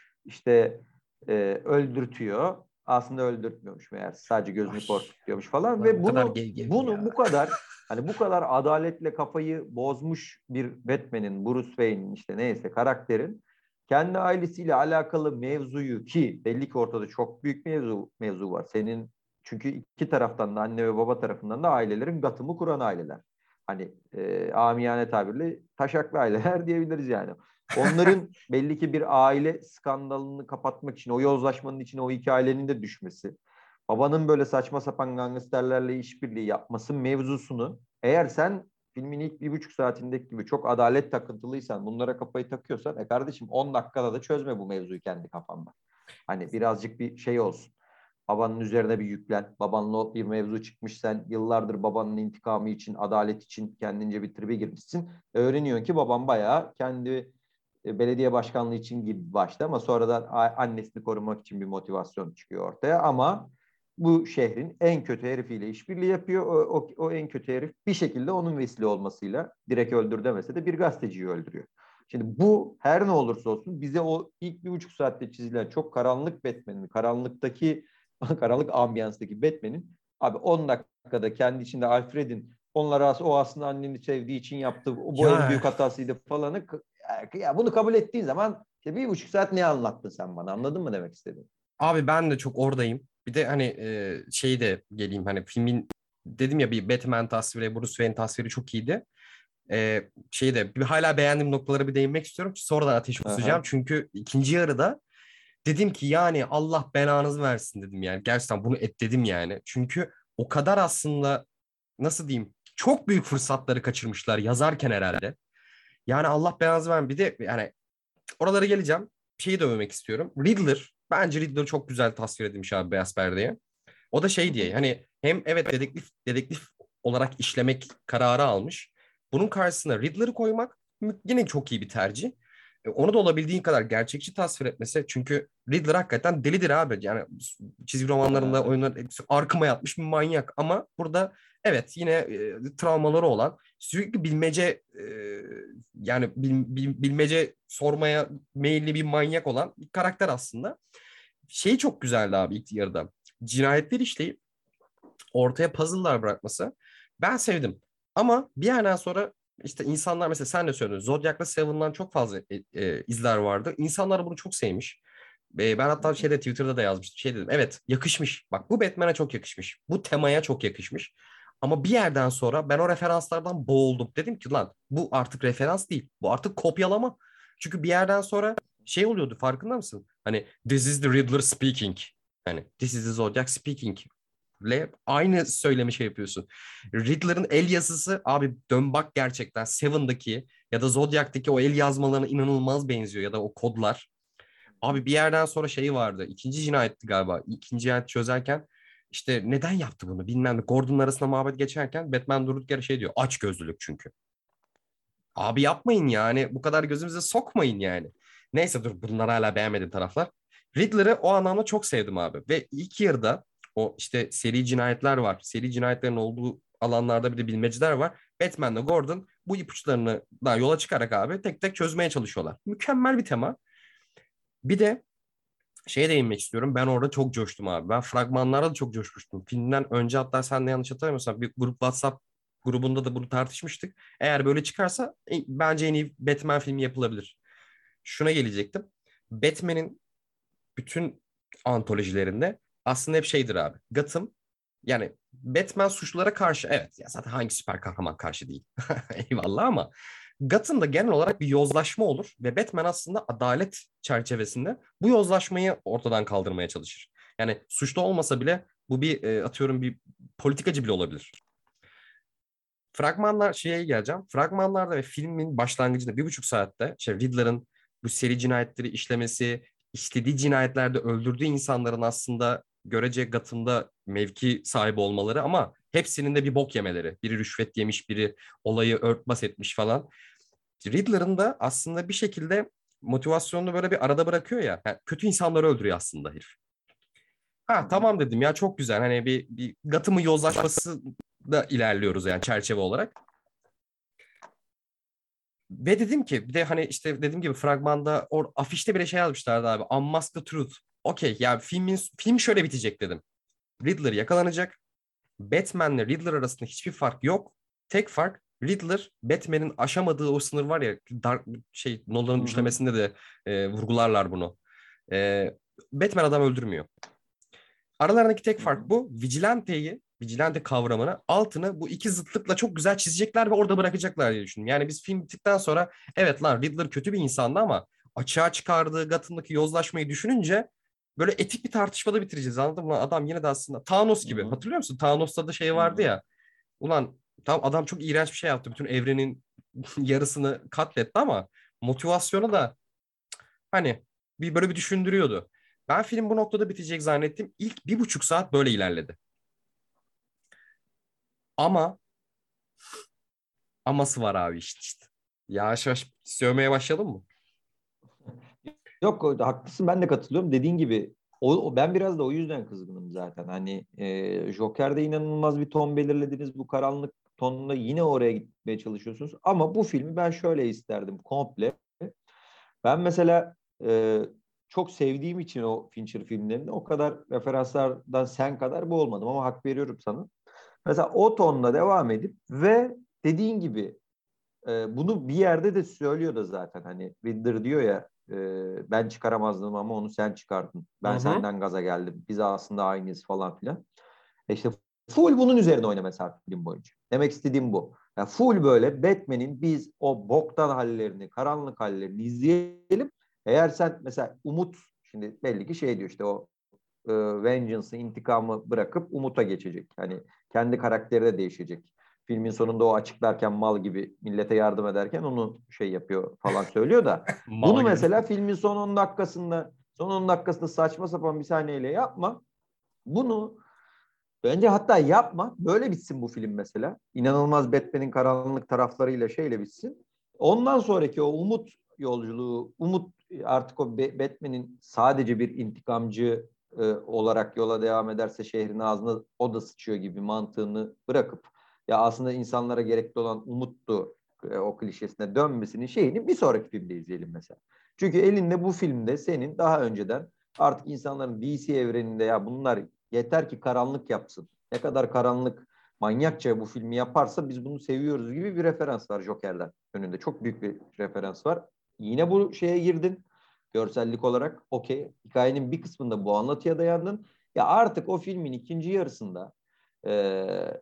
işte öldürtüyor. Aslında öldürtmüyormuş meğer. Sadece Ay. gözünü korkutuyormuş falan Ben bu ve kadar bunu gevgevim bunu ya. bu kadar hani bu kadar adaletle kafayı bozmuş bir Batman'in, Bruce Wayne'in işte neyse karakterin kendi ailesiyle alakalı mevzuyu, ki belli ki ortada çok büyük mevzu var. Senin çünkü iki taraftan da, anne ve baba tarafından da, ailelerin gatımı kuran aileler. Hani amiyane tabirle taşaklı aileler diyebiliriz yani. Onların belli ki bir aile skandalını kapatmak için o yozlaşmanın içine o iki ailenin de düşmesi, babanın böyle saçma sapan gangsterlerle işbirliği yapması mevzusunu, eğer sen filmin ilk 1,5 saatindeki gibi çok adalet takıntılıysan, bunlara kafayı takıyorsan, kardeşim 10 dakikada da çözme bu mevzuyu kendi kafanda. Hani birazcık bir şey olsun. Babanın üzerine bir yüklen. Babanla bir mevzu çıkmış. Sen yıllardır babanın intikamı için, adalet için kendince bir tribe girmişsin. Öğreniyorsun ki babam bayağı kendi belediye başkanlığı için gibi başta, ama sonradan annesini korumak için bir motivasyon çıkıyor ortaya. Ama bu şehrin en kötü herifiyle işbirliği yapıyor. O en kötü herif bir şekilde onun vesile olmasıyla, direkt öldür demese de, bir gazeteciyi öldürüyor. Şimdi bu her ne olursa olsun bize o ilk 1,5 saatte çizilen çok karanlık Batman'in, karanlık ambiyanstaki Batman'in abi 10 dakikada kendi içinde Alfred'in onlara o aslında anneni sevdiği için yaptı, bu en Ya büyük hatasıydı falanı, ya bunu kabul ettiğin zaman işte 1,5 saat ne anlattın sen bana, anladın mı demek istediğim? abi ben de çok oradayım. Bir de hani şeyi de geleyim, hani filmin dedim ya, bir Batman tasviri, Bruce Wayne tasviri çok iyiydi. Şeyi de hala beğendiğim noktalara bir değinmek istiyorum ki sonradan ateşi kusacağım. Aha. Çünkü ikinci yarıda dedim ki yani Allah belanızı versin dedim yani. Gerçekten bunu et dedim yani. Çünkü o kadar aslında, nasıl diyeyim, çok büyük fırsatları kaçırmışlar yazarken herhalde. Yani Allah belanızı versin. Bir de yani oralara geleceğim. Şeyi de övmek istiyorum. Riddler. Bence Riddler çok güzel tasvir edilmiş abi beyaz perdeye. O da Hı şey diye, hı. hani hem evet dedektif olarak işlemek kararı almış. Bunun karşısına Riddler'ı koymak yine çok iyi bir tercih. Onu da olabildiğin kadar gerçekçi tasvir etmesi. Çünkü Riddler hakikaten delidir abi. Yani çizgi romanlarında, Aha. oyunlar hepsi arkama yatmış bir manyak. Ama burada evet yine travmaları olan, sürekli bilmece yani bilmece sormaya meyilli bir manyak olan bir karakter aslında. Şey çok güzeldi abi ilk yarıda. Cinayetler işleyip ortaya puzzle'lar bırakması. Ben sevdim. Ama bir yerden sonra işte insanlar, mesela sen de söyledin, Zodiac'la Seven'dan çok fazla izler vardı. İnsanlar bunu çok sevmiş. Ben Hı hatta hı. şeyde, Twitter'da da yazmıştım. Şey dedim, evet yakışmış. Bak bu Batman'e çok yakışmış. Bu temaya çok yakışmış. Ama bir yerden sonra ben o referanslardan boğuldum. Dedim ki lan bu artık referans değil. Bu artık kopyalama. Çünkü bir yerden sonra şey oluyordu, farkında mısın? Hani this is the Riddler speaking. Hani this is the Zodiac speaking aynı söylemi şey yapıyorsun. Riddler'ın el yazısı abi, dön bak, gerçekten Seven'daki ya da Zodiac'taki o el yazmalarına inanılmaz benziyor, ya da o kodlar. Abi bir yerden sonra şey vardı. İkinci cinayetti galiba. İkinci cinayet çözerken işte neden yaptı bunu bilmem ne. Gordon'un arasında muhabbet geçerken Batman durduk yere şey diyor. Aç gözlülük çünkü. Abi yapmayın yani. Bu kadar gözümüze sokmayın yani. Neyse dur, bunlar hala beğenmediğim taraflar. Riddler'ı o anlamda çok sevdim abi. Ve ilk yarıda o işte seri cinayetler var. Seri cinayetlerin olduğu alanlarda bir de bilmeceler var. Batman'le Gordon bu ipuçlarını da yola çıkarak abi tek tek çözmeye çalışıyorlar. Mükemmel bir tema. Bir de şeye değinmek istiyorum. Ben orada çok coştum abi. Ben fragmanlarda da çok coşmuştum. Filmden önce, hatta sen de yanlış hatırlamıyorsan, bir grup WhatsApp grubunda da bunu tartışmıştık. Eğer böyle çıkarsa bence en iyi Batman filmi yapılabilir. Şuna gelecektim. Batman'in bütün antolojilerinde aslında hep şeydir abi. Gotham, yani Batman suçlulara karşı, evet ya zaten hangi süper kahraman karşı değil. Eyvallah, ama Gotham'da genel olarak bir yozlaşma olur ve Batman aslında adalet çerçevesinde bu yozlaşmayı ortadan kaldırmaya çalışır. Yani suçlu olmasa bile bu bir atıyorum bir politikacı bile olabilir. Fragmanlar, şeye geleceğim. Fragmanlarda ve filmin başlangıcında 1,5 saatte işte Riddler'ın bu seri cinayetleri işlemesi, işlediği cinayetlerde öldürdüğü insanların aslında görece Gotham'da mevki sahibi olmaları, ama hepsinin de bir bok yemeleri. Biri rüşvet yemiş, biri olayı örtbas etmiş falan. Riddler'ın da aslında bir şekilde motivasyonunu böyle bir arada bırakıyor ya. Yani kötü insanları öldürüyor aslında herif. Hı Ha hı. tamam dedim ya, çok güzel. Hani bir Gotham'ın yozlaşması da ilerliyoruz yani çerçeve olarak. Ve dedim ki bir de hani işte dediğim gibi fragmanda afişte bile şey yazmışlardı abi. Unmask the Truth. Okey ya, film şöyle bitecek dedim. Riddler yakalanacak. Batman'le Riddler arasında hiçbir fark yok. Tek fark Riddler Batman'in aşamadığı o sınır var ya, Hı Nolan'ın hı. üçlemesinde de vurgularlar bunu. E, Batman adam öldürmüyor. Aralarındaki tek Hı fark hı. bu. Vigilante kavramını, altını bu iki zıtlıkla çok güzel çizecekler ve orada bırakacaklar diye düşünüyorum. Yani biz film bittikten sonra evet lan Riddler kötü bir insandı ama açığa çıkardığı Gotham'daki yozlaşmayı düşününce böyle etik bir tartışmada bitireceğiz, anladın mı? Adam yine de aslında Thanos Hı gibi. hı. Hatırlıyor musun? Thanos'ta da şey Hı vardı hı. ya. Ulan tam adam çok iğrenç bir şey yaptı. Bütün evrenin yarısını katletti ama motivasyonu da hani böyle bir düşündürüyordu. Ben film bu noktada bitecek zannettim. İlk 1,5 saat böyle ilerledi. Ama aması var abi işte. Yavaş yavaş sövmeye başlayalım mı? Yok, haklısın, ben de katılıyorum. Dediğin gibi ben biraz da o yüzden kızgınım zaten. Hani Joker'de inanılmaz bir ton belirlediniz. Bu karanlık tonunda yine oraya gitmeye çalışıyorsunuz. Ama bu filmi ben şöyle isterdim komple. Ben mesela çok sevdiğim için o Fincher filmlerini o kadar referanslardan sen kadar bu olmadım ama hak veriyorum sana. Mesela o tonla devam edip ve dediğin gibi bunu bir yerde de söylüyor da zaten, hani Riddler diyor ya, ben çıkaramazdım ama onu sen çıkardın. Hı Ben hı. senden gaza geldim. Biz aslında aynıyız falan filan. İşte full bunun üzerine oyna mesela film boyunca. Demek istediğim bu. Yani full böyle Batman'in biz o boktan hallerini, karanlık hallerini izleyelim. Eğer sen mesela Umut, şimdi belli ki şey diyor işte, o Vengeance'ı, intikamı bırakıp Umut'a geçecek. Hani kendi karakteri de değişecek. Filmin sonunda o açıklarken mal gibi millete yardım ederken onu şey yapıyor falan söylüyor da. Mal Bunu gibi. mesela filmin son 10 dakikasında saçma sapan bir sahneyle yapma. Bunu bence hatta yapma. Böyle bitsin bu film mesela. İnanılmaz Batman'in karanlık taraflarıyla şeyle bitsin. Ondan sonraki o Umut yolculuğu, Umut artık o Batman'in sadece bir intikamcı olarak yola devam ederse şehrin ağzına o da sıçıyor gibi mantığını bırakıp ya aslında insanlara gerekli olan umuttu, o klişesine dönmesinin şeyini bir sonraki filmde izleyelim mesela. Çünkü elinde bu filmde senin daha önceden artık insanların DC evreninde ya bunlar yeter ki karanlık yapsın. Ne kadar karanlık, manyakça bu filmi yaparsa biz bunu seviyoruz gibi bir referans var Joker'den önünde. Çok büyük bir referans var. Yine bu şeye girdin. Görsellik olarak okey. Hikayenin bir kısmında bu anlatıya dayandın. Ya artık o filmin ikinci yarısında e,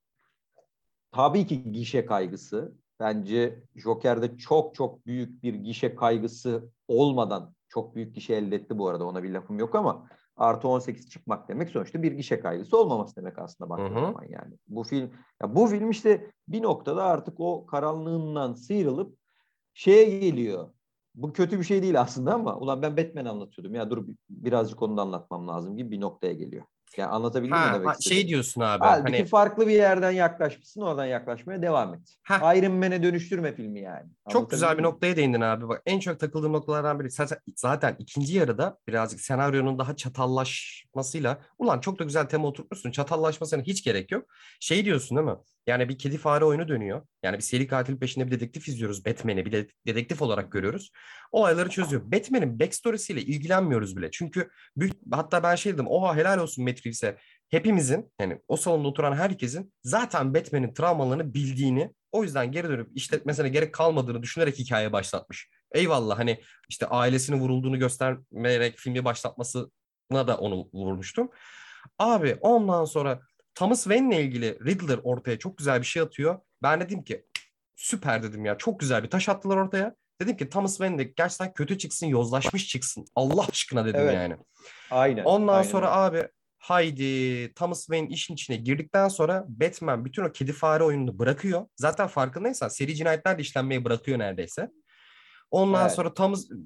tabii ki gişe kaygısı. Bence Joker'de çok çok büyük bir gişe kaygısı olmadan çok büyük gişe elde etti bu arada. Ona bir lafım yok ama artı 18 çıkmak demek sonuçta bir gişe kaygısı olmaması demek aslında Hı baktığın hı. zaman yani. Bu film işte bir noktada artık o karanlığından sıyrılıp şeye geliyor. Bu kötü bir şey değil aslında ama ulan ben Batman anlatıyordum ya, dur birazcık onu da anlatmam lazım gibi bir noktaya geliyor. Yani anlatabildim mi demek Şey istediğimi? diyorsun abi. Halbuki Hani farklı bir yerden yaklaşmışsın, oradan yaklaşmaya devam et. ha Iron Man'e dönüştürme filmi yani. çok güzel Anlatabildim bir mi? noktaya değindin abi. Bak en çok takıldığım noktalardan biri. Zaten ikinci yarıda birazcık senaryonun daha çatallaşmasıyla ulan çok da güzel tema oturtmuşsun. Çatallaşmasına hiç gerek yok. Şey diyorsun değil mi? Yani bir kedi fare oyunu dönüyor. Yani bir seri katil peşinde bir dedektif izliyoruz. Batman'i bir dedektif Hı olarak hı. görüyoruz. Olayları çözüyor. Batman'in backstory'siyle ilgilenmiyoruz bile. Çünkü hatta ben şey dedim. Oha helal olsun Matt Reeves'e. Hepimizin yani o salonda oturan herkesin zaten Batman'in travmalarını bildiğini, o yüzden geri dönüp işletmesine gerek kalmadığını düşünerek hikaye başlatmış. Eyvallah hani işte ailesinin vurulduğunu göstermeyerek filmi başlatmasına da onu vurmuştum. Abi ondan sonra Thomas Wayne'le ilgili Riddler ortaya çok güzel bir şey atıyor. Ben dedim ki süper dedim ya, çok güzel bir taş attılar ortaya. Dedim ki Thomas Wayne de gerçekten kötü çıksın, yozlaşmış çıksın. Allah aşkına dedim Evet. yani. Aynen. Ondan Aynen sonra öyle. abi haydi Thomas Wayne işin içine girdikten sonra Batman bütün o kedi fare oyununu bırakıyor. Zaten farkındaysan seri cinayetler de işlenmeyi bırakıyor neredeyse. Ondan Evet. sonra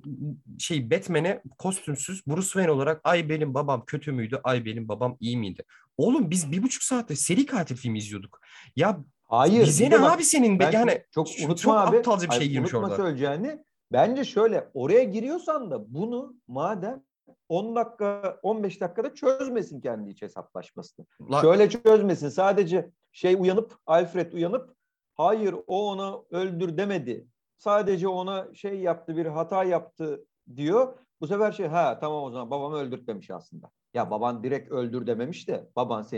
Batman'i kostümsüz Bruce Wayne olarak ay benim babam kötü müydü? Ay benim babam iyi miydi? Oğlum biz 1,5 saatte seri katil filmi izliyorduk. Ya Hayır, bize bir ne de abi bak, senin ben şunu yani çok unutma çok abi. aptalca bir Ay, şey girmiş unutma orada. söyleyeceğini. Bence şöyle, oraya giriyorsan da bunu madem 10 dakika 15 dakikada çözmesin kendi iç hesaplaşmasını. La, Şöyle çözmesin. Sadece Alfred uyanıp hayır o ona öldür demedi. Sadece ona şey yaptı, bir hata yaptı diyor. Bu sefer tamam o zaman babamı öldürtmemiş aslında. Ya baban direkt öldür dememiş de baban senin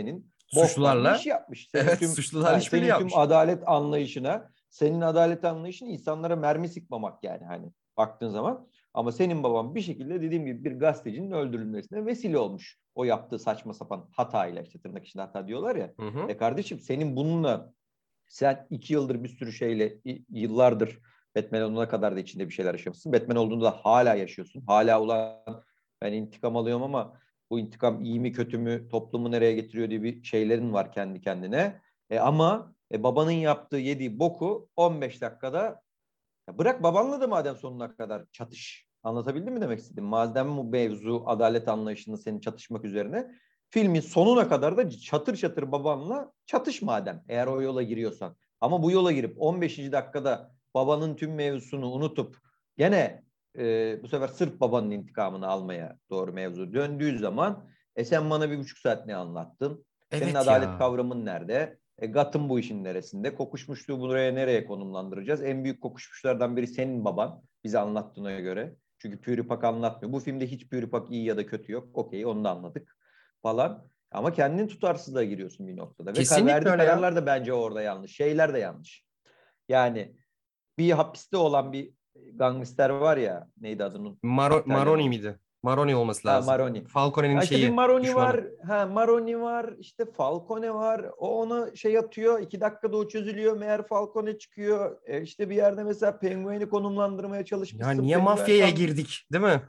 boktan bir Suçlularla. iş yapmış. Evet, suçlularla işbirliği Senin tüm yapmış. adalet anlayışına, senin adalet anlayışın insanlara mermi sıkmamak yani hani baktığın zaman. Ama senin baban bir şekilde dediğim gibi bir gazetecinin öldürülmesine vesile olmuş. O yaptığı saçma sapan hatayla, işte tırnak içinde hata diyorlar ya. Hı hı. Kardeşim senin bununla, sen 2 yıldır bir sürü şeyle, yıllardır Batman olana kadar da içinde bir şeyler yaşamışsın. Batman olduğunda da hala yaşıyorsun. Hala ulan ben intikam alıyorum ama bu intikam iyi mi kötü mü, toplumu nereye getiriyor diye bir şeylerin var kendi kendine. Ama babanın yaptığı, yediği boku 15 dakikada, ya bırak babanla da madem sonuna kadar çatış. Anlatabildim mi demek istedim? Madem bu mevzu adalet anlayışını senin çatışmak üzerine, filmin sonuna kadar da çatır çatır babanla çatış madem, eğer o yola giriyorsan. Ama bu yola girip 15. dakikada babanın tüm mevzusunu unutup gene bu sefer sırf babanın intikamını almaya doğru mevzu döndüğü zaman sen bana 1,5 saat ne anlattın? Senin Evet adalet ya. kavramın nerede? Gotham bu işin neresinde? Kokuşmuşluğu buraya nereye konumlandıracağız? En büyük kokuşmuşlardan biri senin baban. Bize anlattığına göre. Çünkü Puri Pak anlatmıyor. Bu filmde hiç Puri Pak iyi ya da kötü yok. Okey, onu da anladık falan. Ama kendin tutarsızlığa giriyorsun bir noktada. Ve Kesinlikle verdiği öyle ya. kararlar da bence orada yanlış. Şeyler de yanlış. Yani bir hapiste olan bir gangster var ya. Neydi adının? İtalyan Maroni olan. miydi? Maroni olması Ha, lazım. Maroni. Falcone'nin Ha işte bir şeyi, Maroni düşmanı. var. Ha, Maroni var. İşte Falcone var. O ona şey atıyor. 2 dakikada o çözülüyor. Meğer Falcone çıkıyor. İşte bir yerde mesela Penguin'i konumlandırmaya Ya çalışmışsın. niye Penguen mafyaya tam girdik, değil mi?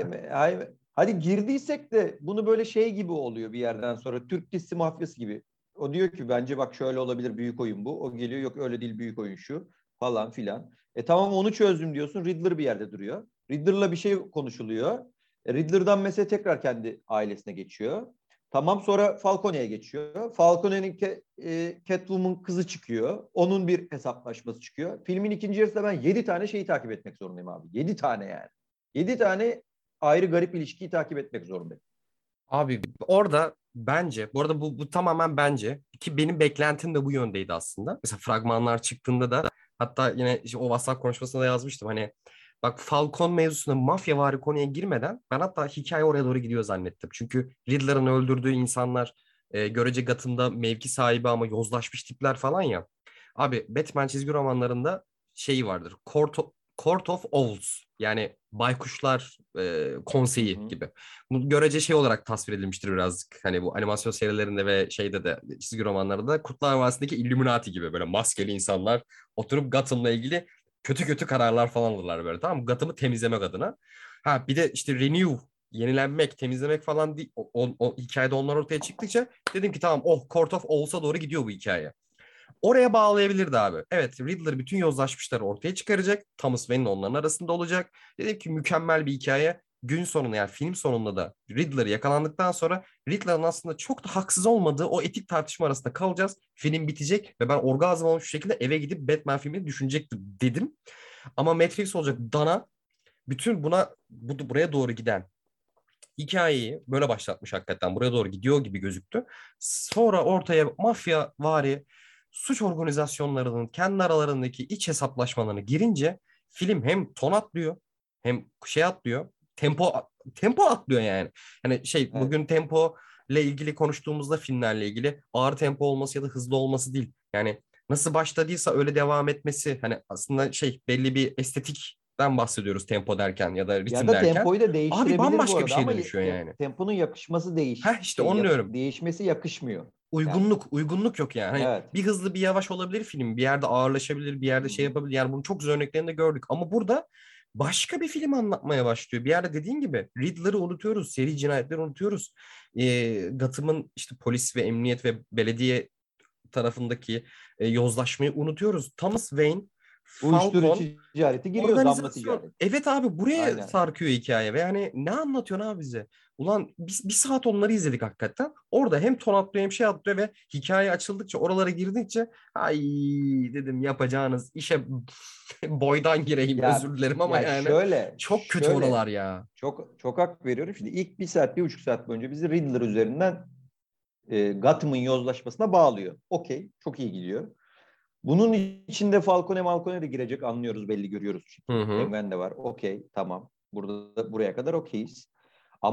hadi girdiysek de bunu böyle şey gibi oluyor bir yerden sonra. Türk dizisi mafyası gibi. O diyor ki bence bak şöyle olabilir, büyük oyun bu. O geliyor yok öyle değil, büyük oyun şu falan filan. Tamam, onu çözdüm diyorsun. Riddler bir yerde duruyor. Riddler'la bir şey konuşuluyor. Riddler'dan mesela tekrar kendi ailesine geçiyor. Tamam, sonra Falcone'ye geçiyor. Falcone'nin Catwoman kızı çıkıyor. Onun bir hesaplaşması çıkıyor. Filmin ikinci yarısında ben 7 tane şeyi takip etmek zorundayım abi. 7 tane yani. 7 tane ayrı garip ilişkiyi takip etmek zorundayım. Abi orada bence, bu arada bu tamamen bence ki benim beklentim de bu yöndeydi aslında. Mesela fragmanlar çıktığında da hatta yine işte o WhatsApp konuşmasında da yazmıştım. Hani bak Falcon mevzusuna mafyavari konuya girmeden ben hatta hikaye oraya doğru gidiyor zannettim. Çünkü Riddler'ın öldürdüğü insanlar görece Gotham'da mevki sahibi ama yozlaşmış tipler falan ya. Abi Batman çizgi romanlarında şeyi vardır. Court of Owls, yani baykuşlar Hı konseyi hı. gibi. Bu görece şey olarak tasvir edilmiştir birazcık. Hani bu animasyon serilerinde ve şeyde de çizgi romanlarda da Kurtlar Vadisi'ndeki Illuminati gibi böyle maskeli insanlar oturup Gotham'la ilgili kötü kötü kararlar falan alırlar böyle, tamam mı? Gotham'ı temizlemek adına. Ha bir de işte renew, yenilenmek, temizlemek falan o hikayede onlar ortaya çıktıkça dedim ki tamam, oh Court of Owls'a doğru gidiyor bu hikaye. Oraya bağlayabilirdi abi. Evet, Riddler bütün yozlaşmışları ortaya çıkaracak. Thomas Wayne onların arasında olacak. Dedim ki mükemmel bir hikaye. Gün sonunda, yani film sonunda da Riddler yakalandıktan sonra Riddler'ın aslında çok da haksız olmadığı o etik tartışma arasında kalacağız. Film bitecek ve ben orgazm olmuş şekilde eve gidip Batman filmini düşünecektim dedim. Ama Matrix olacak Dana bütün buraya doğru giden hikayeyi böyle başlatmış hakikaten. Buraya doğru gidiyor gibi gözüktü. Sonra ortaya mafya vari suç organizasyonlarının kendi aralarındaki iç hesaplaşmalarını girince film hem ton atlıyor hem şey atlıyor. Tempo atlıyor yani. Hani şey, Evet. bugün tempo ile ilgili konuştuğumuzda filmlerle ilgili ağır tempo olması ya da hızlı olması değil. Yani nasıl başladıysa öyle devam etmesi, hani aslında şey, belli bir estetikten bahsediyoruz tempo derken ya da Ya ritim da derken. tempoyu da Abi değiştirebilir bu bambaşka bir arada şeye ama dönüşüyor yani. temponun yakışması Heh işte onu diyorum. değişmesi yakışmıyor. Yani Uygunluk yok yani. Hani evet. bir hızlı bir yavaş olabilir film. Bir yerde ağırlaşabilir, bir Hı yerde şey hı. yapabilir. Yani bunu çok güzel örneklerinde gördük. Ama burada başka bir film anlatmaya başlıyor. Bir yerde dediğin gibi Riddler'ı unutuyoruz, seri cinayetleri unutuyoruz. Gotham'ın işte polis ve emniyet ve belediye tarafındaki yozlaşmayı unutuyoruz. Thomas Wayne, Uyuşturucu Falcon, ticareti giriyor, damla organizasyon. ticareti. Evet abi, buraya Aynen. sarkıyor hikaye ve yani ne anlatıyorsun abi bize? Ulan biz bir saat onları izledik hakikaten. Orada hem ton atlıyor hem şey atlıyor ve hikaye açıldıkça, oralara girdikçe ay dedim, yapacağınız işe boydan gireyim, Ya özür dilerim ama ya yani çok kötü oralar şöyle ya. çok hak veriyorum. Şimdi ilk 1 saat, 1,5 saat boyunca bizi Riddler üzerinden Gotham'ın yozlaşmasına bağlıyor. Okey, çok iyi gidiyor. Bunun içinde Falcone de girecek, anlıyoruz, belli görüyoruz Hı çünkü. hı. Penguin de var. Okey, tamam. Burada buraya kadar okeyiz. Ama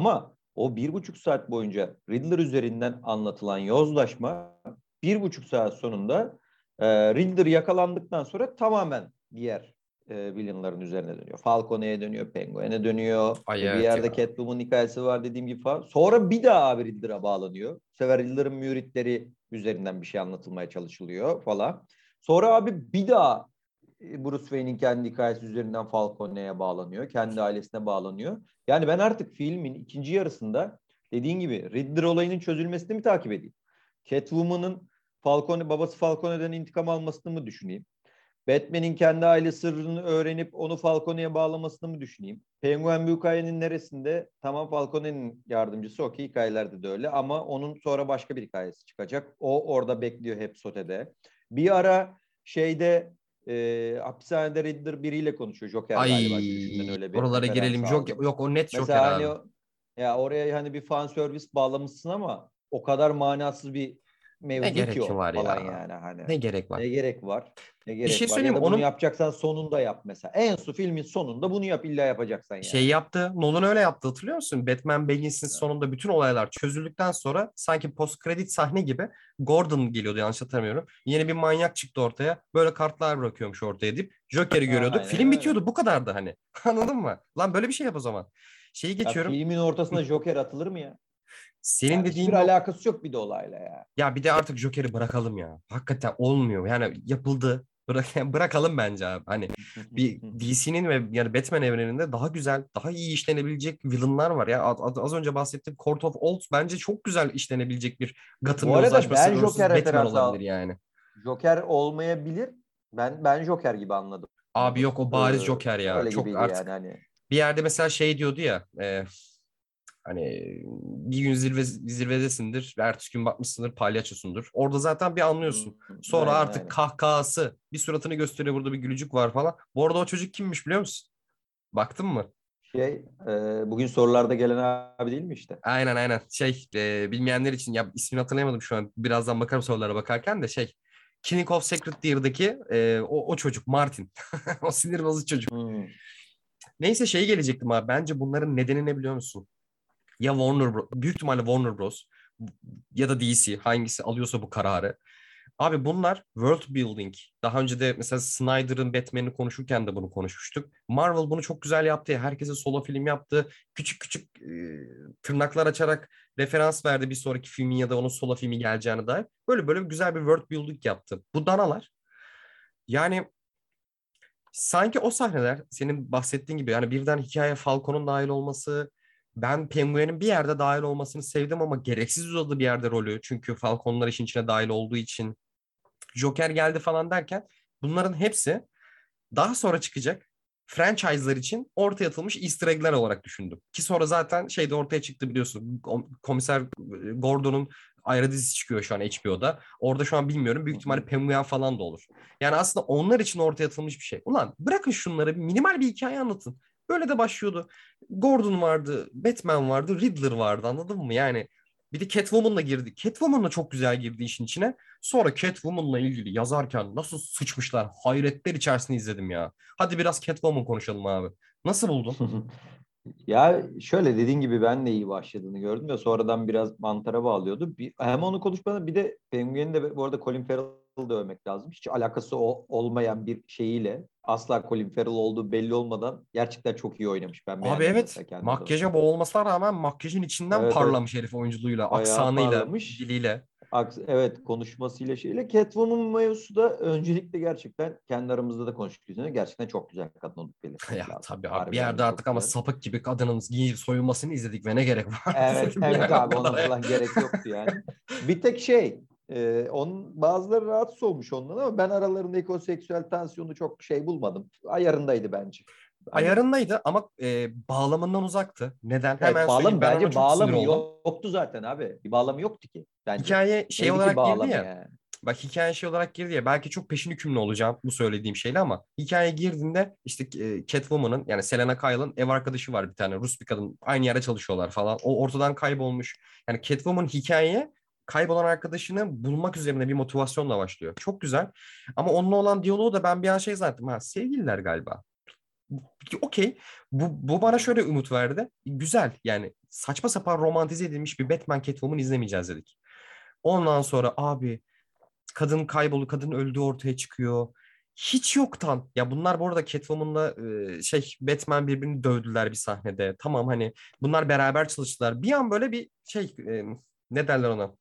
o 1,5 saat boyunca Riddler üzerinden anlatılan yozlaşma 1,5 saat sonunda Riddler yakalandıktan sonra tamamen diğer villainların üzerine dönüyor. Falcone'ye dönüyor, Penguin'e dönüyor. Ay İşte bir evet yerde ya. Catwoman hikayesi var dediğim gibi falan. Sonra bir daha abi Riddler'a bağlanıyor. Bu sefer Riddler'ın müritleri üzerinden bir şey anlatılmaya çalışılıyor falan. Sonra abi bir daha Bruce Wayne'in kendi hikayesi üzerinden Falcone'ye bağlanıyor. Kendi ailesine bağlanıyor. Yani ben artık filmin ikinci yarısında dediğin gibi Riddler olayının çözülmesini mi takip edeyim? Catwoman'ın babası Falcone'den intikam almasını mı düşüneyim? Batman'in kendi aile sırrını öğrenip onu Falcone'ye bağlamasını mı düşüneyim? Penguin bu hikayenin neresinde? Tamam, Falcone'nin yardımcısı, okey, hikayelerde de öyle ama onun sonra başka bir hikayesi çıkacak. O orada bekliyor hep sotede. Bir ara şeyde hapishanede Riddler biriyle konuşuyor. Joker galiba gülüşünden Ay öyle bir oralara referans girelim. Yok aldım. yok, o net Joker Mesela hani abi. ya oraya hani bir fan servis bağlamışsın ama o kadar manasız bir Ne mevzu ki gerek o var falan ya? yani hani. Ne gerek var? Ne gerek var? Ne Bir şey gerek var? Ya söyleyeyim da bunu onun yapacaksan sonunda yap mesela. En son filmin sonunda bunu yap, illa yapacaksan şey yani. yaptı. Nolan öyle yaptı, hatırlıyor musun? Batman Begins'in sonunda bütün olaylar çözüldükten sonra sanki post kredi sahne gibi Gordon geliyordu, yanlış hatırlamıyorum. Yeni bir manyak çıktı ortaya. Böyle kartlar bırakıyormuş ortaya deyip Joker'i görüyorduk. Aynen Film öyle. bitiyordu, bu kadardı hani. Anladın mı? Lan böyle bir şey yap o zaman. Şeyi Ya geçiyorum. filmin ortasına Joker atılır mı ya? Senin Yani hiçbir dediğin alakası yok bir de olayla ya. ya bir de artık Joker'i bırakalım ya. Hakikaten olmuyor. Yani yapıldı. Bırakalım bence abi. Hani bir DC'nin ve yani Batman evreninde daha güzel, daha iyi işlenebilecek villainlar var ya. Az önce bahsettiğim Court of Owls bence çok güzel işlenebilecek bir Gotham Bu arada yozlaşması ben Joker versus Batman referans olabilir al. yani. Joker olmayabilir. Ben Joker gibi anladım Abi onu. yok, o bariz Joker ya. Öyle Çok gibiydi yani artık hani. bir yerde mesela şey diyordu ya, hani bir gün zirvedesindir, ertesi gün bakmışsındır palyaçosundur. Orada zaten bir anlıyorsun. Sonra Aynen artık aynen. kahkahası, bir suratını gösteriyor, burada bir gülücük var falan. Bu arada o çocuk kimmiş biliyor musun? Baktın mı? Bugün sorularda gelen abi değil mi işte? Aynen aynen. Bilmeyenler için ya ismini hatırlayamadım şu an. Birazdan bakarım sorulara bakarken de King of Sacred Deer'daki o çocuk Martin. O sinir bozucu çocuk. Hmm. Neyse gelecektim abi. Bence bunların nedeni ne biliyor musun? Ya Warner Bros. Büyük ihtimalle Warner Bros. Ya da DC, hangisi alıyorsa bu kararı. Abi bunlar world building. Daha önce de mesela Snyder'ın Batman'ini konuşurken de bunu konuşmuştuk. Marvel bunu çok güzel yaptı ya. Herkese solo film yaptı. Küçük küçük tırnaklar açarak referans verdi bir sonraki filmin ya da onun solo filmi geleceğine dair. Böyle böyle güzel bir world building yaptı. Bu danalar yani sanki o sahneler senin bahsettiğin gibi, yani birden hikaye Falcon'un dahil olması, ben Penguin'in bir yerde dahil olmasını sevdim ama gereksiz uzadı bir yerde rolü. Çünkü Falcon'lar işin içine dahil olduğu için Joker geldi falan derken bunların hepsi daha sonra çıkacak franchise'lar için ortaya atılmış Easter egg'ler olarak düşündüm. Ki sonra zaten de ortaya çıktı biliyorsun. Komiser Gordon'un ayrı dizisi çıkıyor şu an HBO'da. Orada şu an bilmiyorum. Büyük ihtimalle Penguin falan da olur. Yani aslında onlar için ortaya atılmış bir şey. Ulan bırakın şunları, bir minimal bir hikaye anlatın. Böyle de başlıyordu. Gordon vardı, Batman vardı, Riddler vardı, anladın mı? Yani bir de Catwoman'la girdi. Catwoman'la çok güzel girdi işin içine. Sonra Catwoman'la ilgili yazarken nasıl sıçmışlar, hayretler içerisinde izledim ya. Hadi biraz Catwoman konuşalım abi. Nasıl buldun? Ya şöyle dediğin gibi ben de iyi başladığını gördüm ve sonradan biraz mantara bağlıyordu. Hem onu konuşmadan bir de Penguin'i de bu arada Colin Farrell'ı da övmek lazım. Hiç alakası olmayan bir şeyiyle asla Colin Farrell olduğu belli olmadan gerçekten çok iyi oynamış. Ben Abi beğendim evet, mesela kendi adıma. makyaja boğulmasına rağmen makyajın içinden Evet evet, parlamış herif oyunculuğuyla, bayağı aksanıyla, parlamış. diliyle. Evet, konuşmasıyla şeyle. Catwoman mevzusu da öncelikle gerçekten kendi aramızda da konuştuk üzerine. Gerçekten çok güzel kadın olup belirtmek Ya lazım. tabii abi, bir Harbiden de yerde çok artık ama güzel. sapık gibi kadının giyip soyunmasını izledik ve ne gerek var Evet, dedim evet yani, o abi, ona kadar ya. falan gerek yoktu yani. Bir tek onun bazıları rahatsız olmuş ondan ama ben aralarındaki o seksüel tansiyonu çok bulmadım. Ayarındaydı bence. Hani Ayarındaydı ama bağlamından uzaktı. Neden? Hemen evet, söyleyeyim. bağlam Ben ona bence çok sinir bağlamı oldum. yoktu zaten abi. Bir bağlamı yoktu ki bence. Hikaye Neydi ki olarak girdi bağlamı ya. yani? Bak, hikaye olarak girdi ya. Belki çok peşin hükümlü olacağım bu söylediğim şeyle ama hikaye girdiğinde işte Catwoman'ın, yani Selena Kyle'ın ev arkadaşı var bir tane. Rus bir kadın. Aynı yerde çalışıyorlar falan. O ortadan kaybolmuş. Yani Catwoman hikayeye kaybolan arkadaşını bulmak üzerine bir motivasyonla başlıyor. Çok güzel. Ama onunla olan diyaloğu da ben bir an zannettim. Ha, sevgililer galiba. Okey. Bu bana şöyle umut verdi. Güzel yani saçma sapan romantize edilmiş bir Batman Catwoman izlemeyeceğiz dedik. Ondan sonra abi kadın kaybolu, kadın öldüğü ortaya çıkıyor. Hiç yoktan. Ya bunlar bu arada Catwoman'la Batman birbirini dövdüler bir sahnede. Tamam hani bunlar beraber çalıştılar. Bir an böyle bir ne derler ona?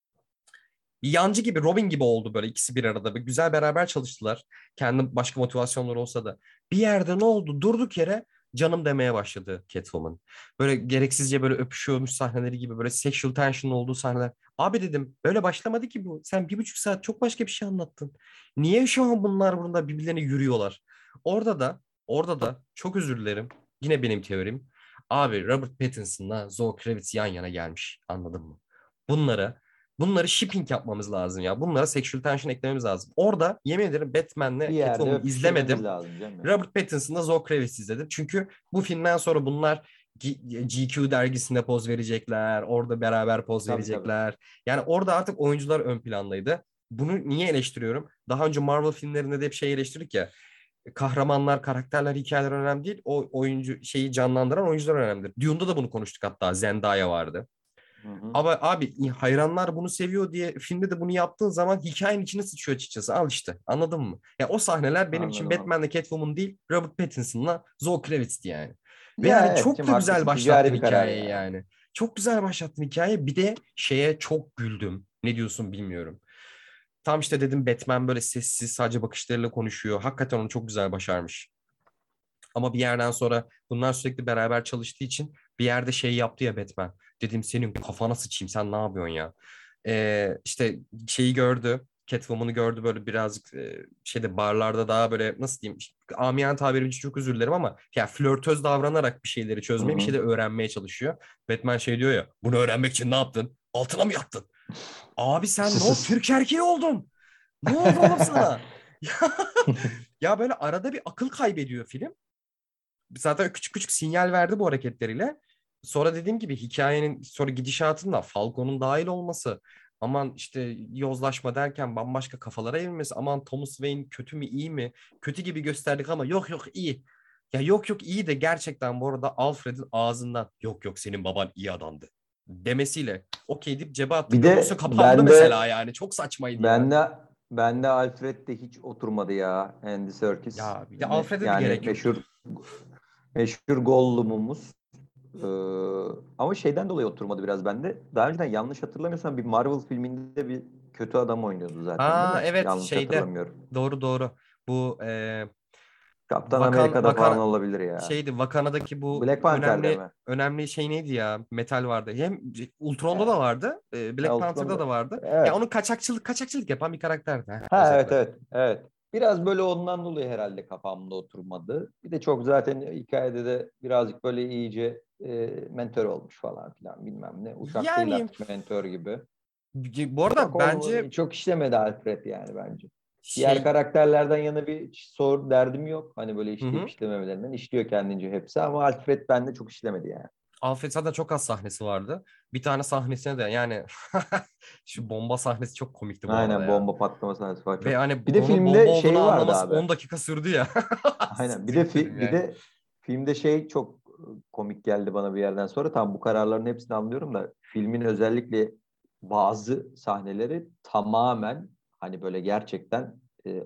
Bir yancı gibi, Robin gibi oldu böyle ikisi bir arada. Bir güzel beraber çalıştılar. Kendi başka motivasyonları olsa da. Bir yerde ne oldu? Durduk yere canım demeye başladı Catwoman. Böyle gereksizce böyle öpüşüyormuş sahneleri gibi böyle sexual tension olduğu sahneler. Abi dedim böyle başlamadı ki bu. Sen 1,5 saat çok başka bir şey anlattın. Niye şu an bunlar burada birbirlerine yürüyorlar? Orada da çok özür dilerim. Yine benim teorim. Abi Robert Pattinson'la Zoe Kravitz yan yana gelmiş. Anladın mı? Bunları Bunları shipping yapmamız lazım ya. Bunlara sexual tension eklememiz lazım. Orada yemin ederim Bir Batman'le yerde Catwoman öpüştürmemiz izlemedim. lazım canım ya. Robert Pattinson'la Zoe Kravitz izledim. Çünkü bu filmden sonra bunlar GQ dergisinde poz verecekler. Orada beraber poz Tabii tabii. verecekler. Yani orada artık oyuncular ön plandaydı. Bunu niye eleştiriyorum? Daha önce Marvel filmlerinde de hep şey eleştirdik ya. Kahramanlar, karakterler, hikayeler önemli değil. O oyuncu şeyi canlandıran oyuncular önemlidir. Dune'da da bunu konuştuk hatta. Zendaya vardı. Hı hı. Ama abi hayranlar bunu seviyor diye filmde de bunu yaptığın zaman hikayenin içine sıçıyor açıkçası. Al işte. Anladın mı? Ya o sahneler benim için Anladım abi. Batman'le Catwoman değil, Robert Pattinson'la Zoe Kravitz'ti yani. Ve Ya hani evet çok Cem da güzel haklısın. Ticari başlattın bir karar hikayeyi ya. yani. Çok güzel başlattın hikayeyi. Bir de şeye çok güldüm. Ne diyorsun bilmiyorum. Tam işte dedim Batman böyle sessiz sadece bakışlarıyla konuşuyor. Hakikaten onu çok güzel başarmış. Ama bir yerden sonra bunlar sürekli beraber çalıştığı için bir yerde şey yaptı ya Batman. Dedim senin kafana sıçayım sen ne yapıyorsun ya? İşte şeyi gördü. Catwoman'ı gördü böyle birazcık şeyde barlarda daha böyle nasıl diyeyim işte, amiyane tabirim için çok özür dilerim ama ya flörtöz davranarak bir şeyleri Hı çözmeye bir hı. şeyleri öğrenmeye çalışıyor. Batman şey diyor ya bunu öğrenmek için ne yaptın? Altına mı yattın? Abi sen ne oldu? Türk erkeği oldun. Ne oldu oğlum sana? Ya böyle arada bir akıl kaybediyor film. Zaten küçük küçük sinyal verdi bu hareketleriyle. Sonra dediğim gibi hikayenin sonra gidişatında Falco'nun dahil olması, aman işte yozlaşma derken bambaşka kafalara evrilmesi, aman Thomas Wayne kötü mü iyi mi? Kötü gibi gösterdik ama yok yok iyi. Ya yok yok iyi de gerçekten bu arada Alfred'in ağzından yok yok senin baban iyi adamdı demesiyle okey deyip cebe Bir attık ve dosya de kapandı ben mesela de yani. Çok saçmaydı ya. ben de ben de Alfred de hiç oturmadı ya Andy Serkis. Ya bir de Alfred'e de Yani gerek yoktu. meşhur Gollum'umuz. Ee, ama şeyden dolayı oturmadı biraz bende. Daha önceden yanlış hatırlamıyorsam bir Marvel filminde bir kötü adam oynuyordu zaten değil Aa mi? evet Yanlış şeyde hatırlamıyorum. doğru doğru. Bu Kaptan Vakan Amerika'da falan Vakan olabilir ya. şeydi Vakana'daki bu Black Panther'de önemli mi? önemli şey neydi ya? Metal vardı. Hem Ultron'da da Ha, vardı. Black Panther'da Ultron'da. da vardı. Ya onun Evet. kaçakçılık yapan bir karakterdi. Ha, Ha evet özetle. evet evet. Biraz böyle ondan dolayı herhalde kafamda oturmadı. Bir de çok zaten hikayede de birazcık böyle iyice mentör olmuş falan filan bilmem ne. Uşak değil Yani artık mentör gibi. bu arada bence Çok işlemedi Alfred yani bence. Diğer şey karakterlerden yana bir sor derdim yok. Hani böyle hı işleyip hı. işlememelerinden işliyor kendince hepsi ama Alfred bende çok işlemedi yani. Alfred zaten çok az sahnesi vardı. Bir tane sahnesine de yani şu bomba sahnesi çok komikti bu arada Aynen ya. bomba patlama sahnesi falan Ve çok. hani Bir de onun bomba filmde olduğunu şey vardı anlaması abi. 10 dakika sürdü ya. Aynen. Siktir git dedim Bir yani. de filmde şey çok komik geldi bana bir yerden sonra. Tam bu kararların hepsini anlıyorum da filmin özellikle bazı sahneleri tamamen hani böyle gerçekten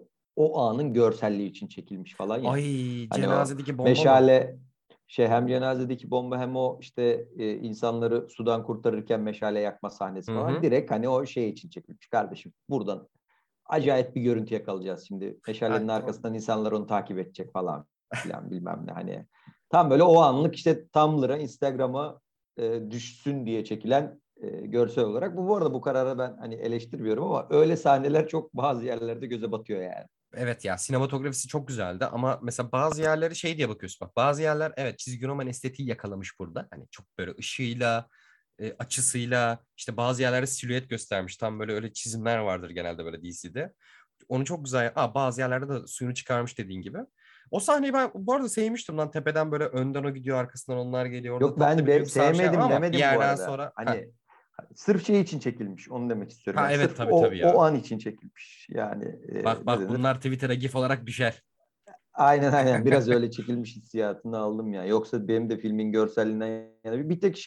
o anın görselliği için çekilmiş falan ya. Ay Hani o cenazedeki bomba mı? meşale hem cenazedeki bomba hem o işte insanları sudan kurtarırken meşale yakma sahnesi Hı falan hı. direkt hani o şey için çekilmiş kardeşim. Buradan acayip bir görüntü yakalayacağız şimdi. Ay, Meşalenin arkasından insanlar onu takip edecek falan filan bilmem ne hani. Tam böyle o anlık işte Tumblr'a, Instagram'a düşsün diye çekilen görsel olarak. Bu arada bu kararı ben hani eleştirmiyorum ama öyle sahneler çok bazı yerlerde göze batıyor yani. evet ya sinematografisi çok güzeldi ama mesela bazı yerleri şey diye bakıyorsun bak bazı yerler evet çizgi roman estetiği yakalamış burada. Hani çok böyle ışığıyla açısıyla işte bazı yerlerde silüet göstermiş. Tam böyle öyle çizimler vardır genelde böyle DC'de. Onu çok güzel. Bazı yerlerde de suyunu çıkarmış dediğin gibi. O sahneyi ben bu arada sevmiştim lan tepeden böyle önden o gidiyor arkasından onlar geliyor. Orada Yok tatlı ben bir de duygusal bir şey var sevmedim ama bir demedim bu yerden arada. sonra Hani sırf şey için çekilmiş onu demek istiyorum. Yani evet sırf tabii tabii o ya. an için çekilmiş. Yani Bak ne bak denir? bunlar Twitter'a gif olarak düşer. Aynen biraz öyle çekilmiş hissiyatını aldım ya. Yoksa benim de filmin görselliğinden yana bir tek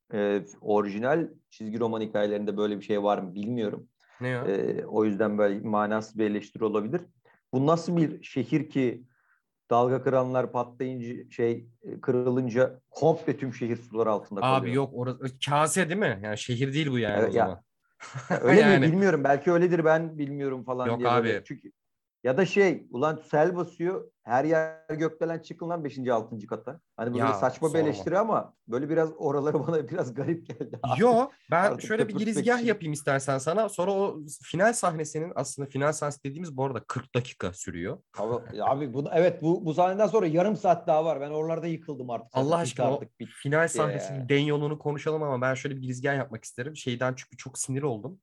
orijinal çizgi roman hikayelerinde böyle bir şey var mı bilmiyorum. Ne ya? O yüzden böyle manasız bir eleştiri olabilir. Bu nasıl bir şehir ki dalga kıranlar patlayınca kırılınca komple tüm şehir sular altında Abi kalıyor. yok, orası kase değil mi? Yani şehir değil bu yani o Evet, zaman. ya öyle mi Yani bilmiyorum. Belki öyledir ben bilmiyorum falan yok diye böyle. abi. Çünkü ya da ulan sel basıyor. Her yer gökdelen çıkın lan 5. 6. kata. Hani bu böyle Ya saçma bir sorma. eleştiri ama böyle biraz oraları bana biraz garip geldi artık. Yo, ben Artık şöyle bir köpürtmek girizgah için. yapayım istersen sana. Sonra o final sahnesinin, aslında final sahnesi dediğimiz bu arada 40 dakika sürüyor. Abi bu sahneden sonra yarım saat daha var. Ben oralarda yıkıldım artık Allah zaten. Bit aşkına o artık bit final ya. sahnesinin den yolunu konuşalım ama ben şöyle bir girizgah yapmak isterim. Şeyden çünkü çok sinir oldum.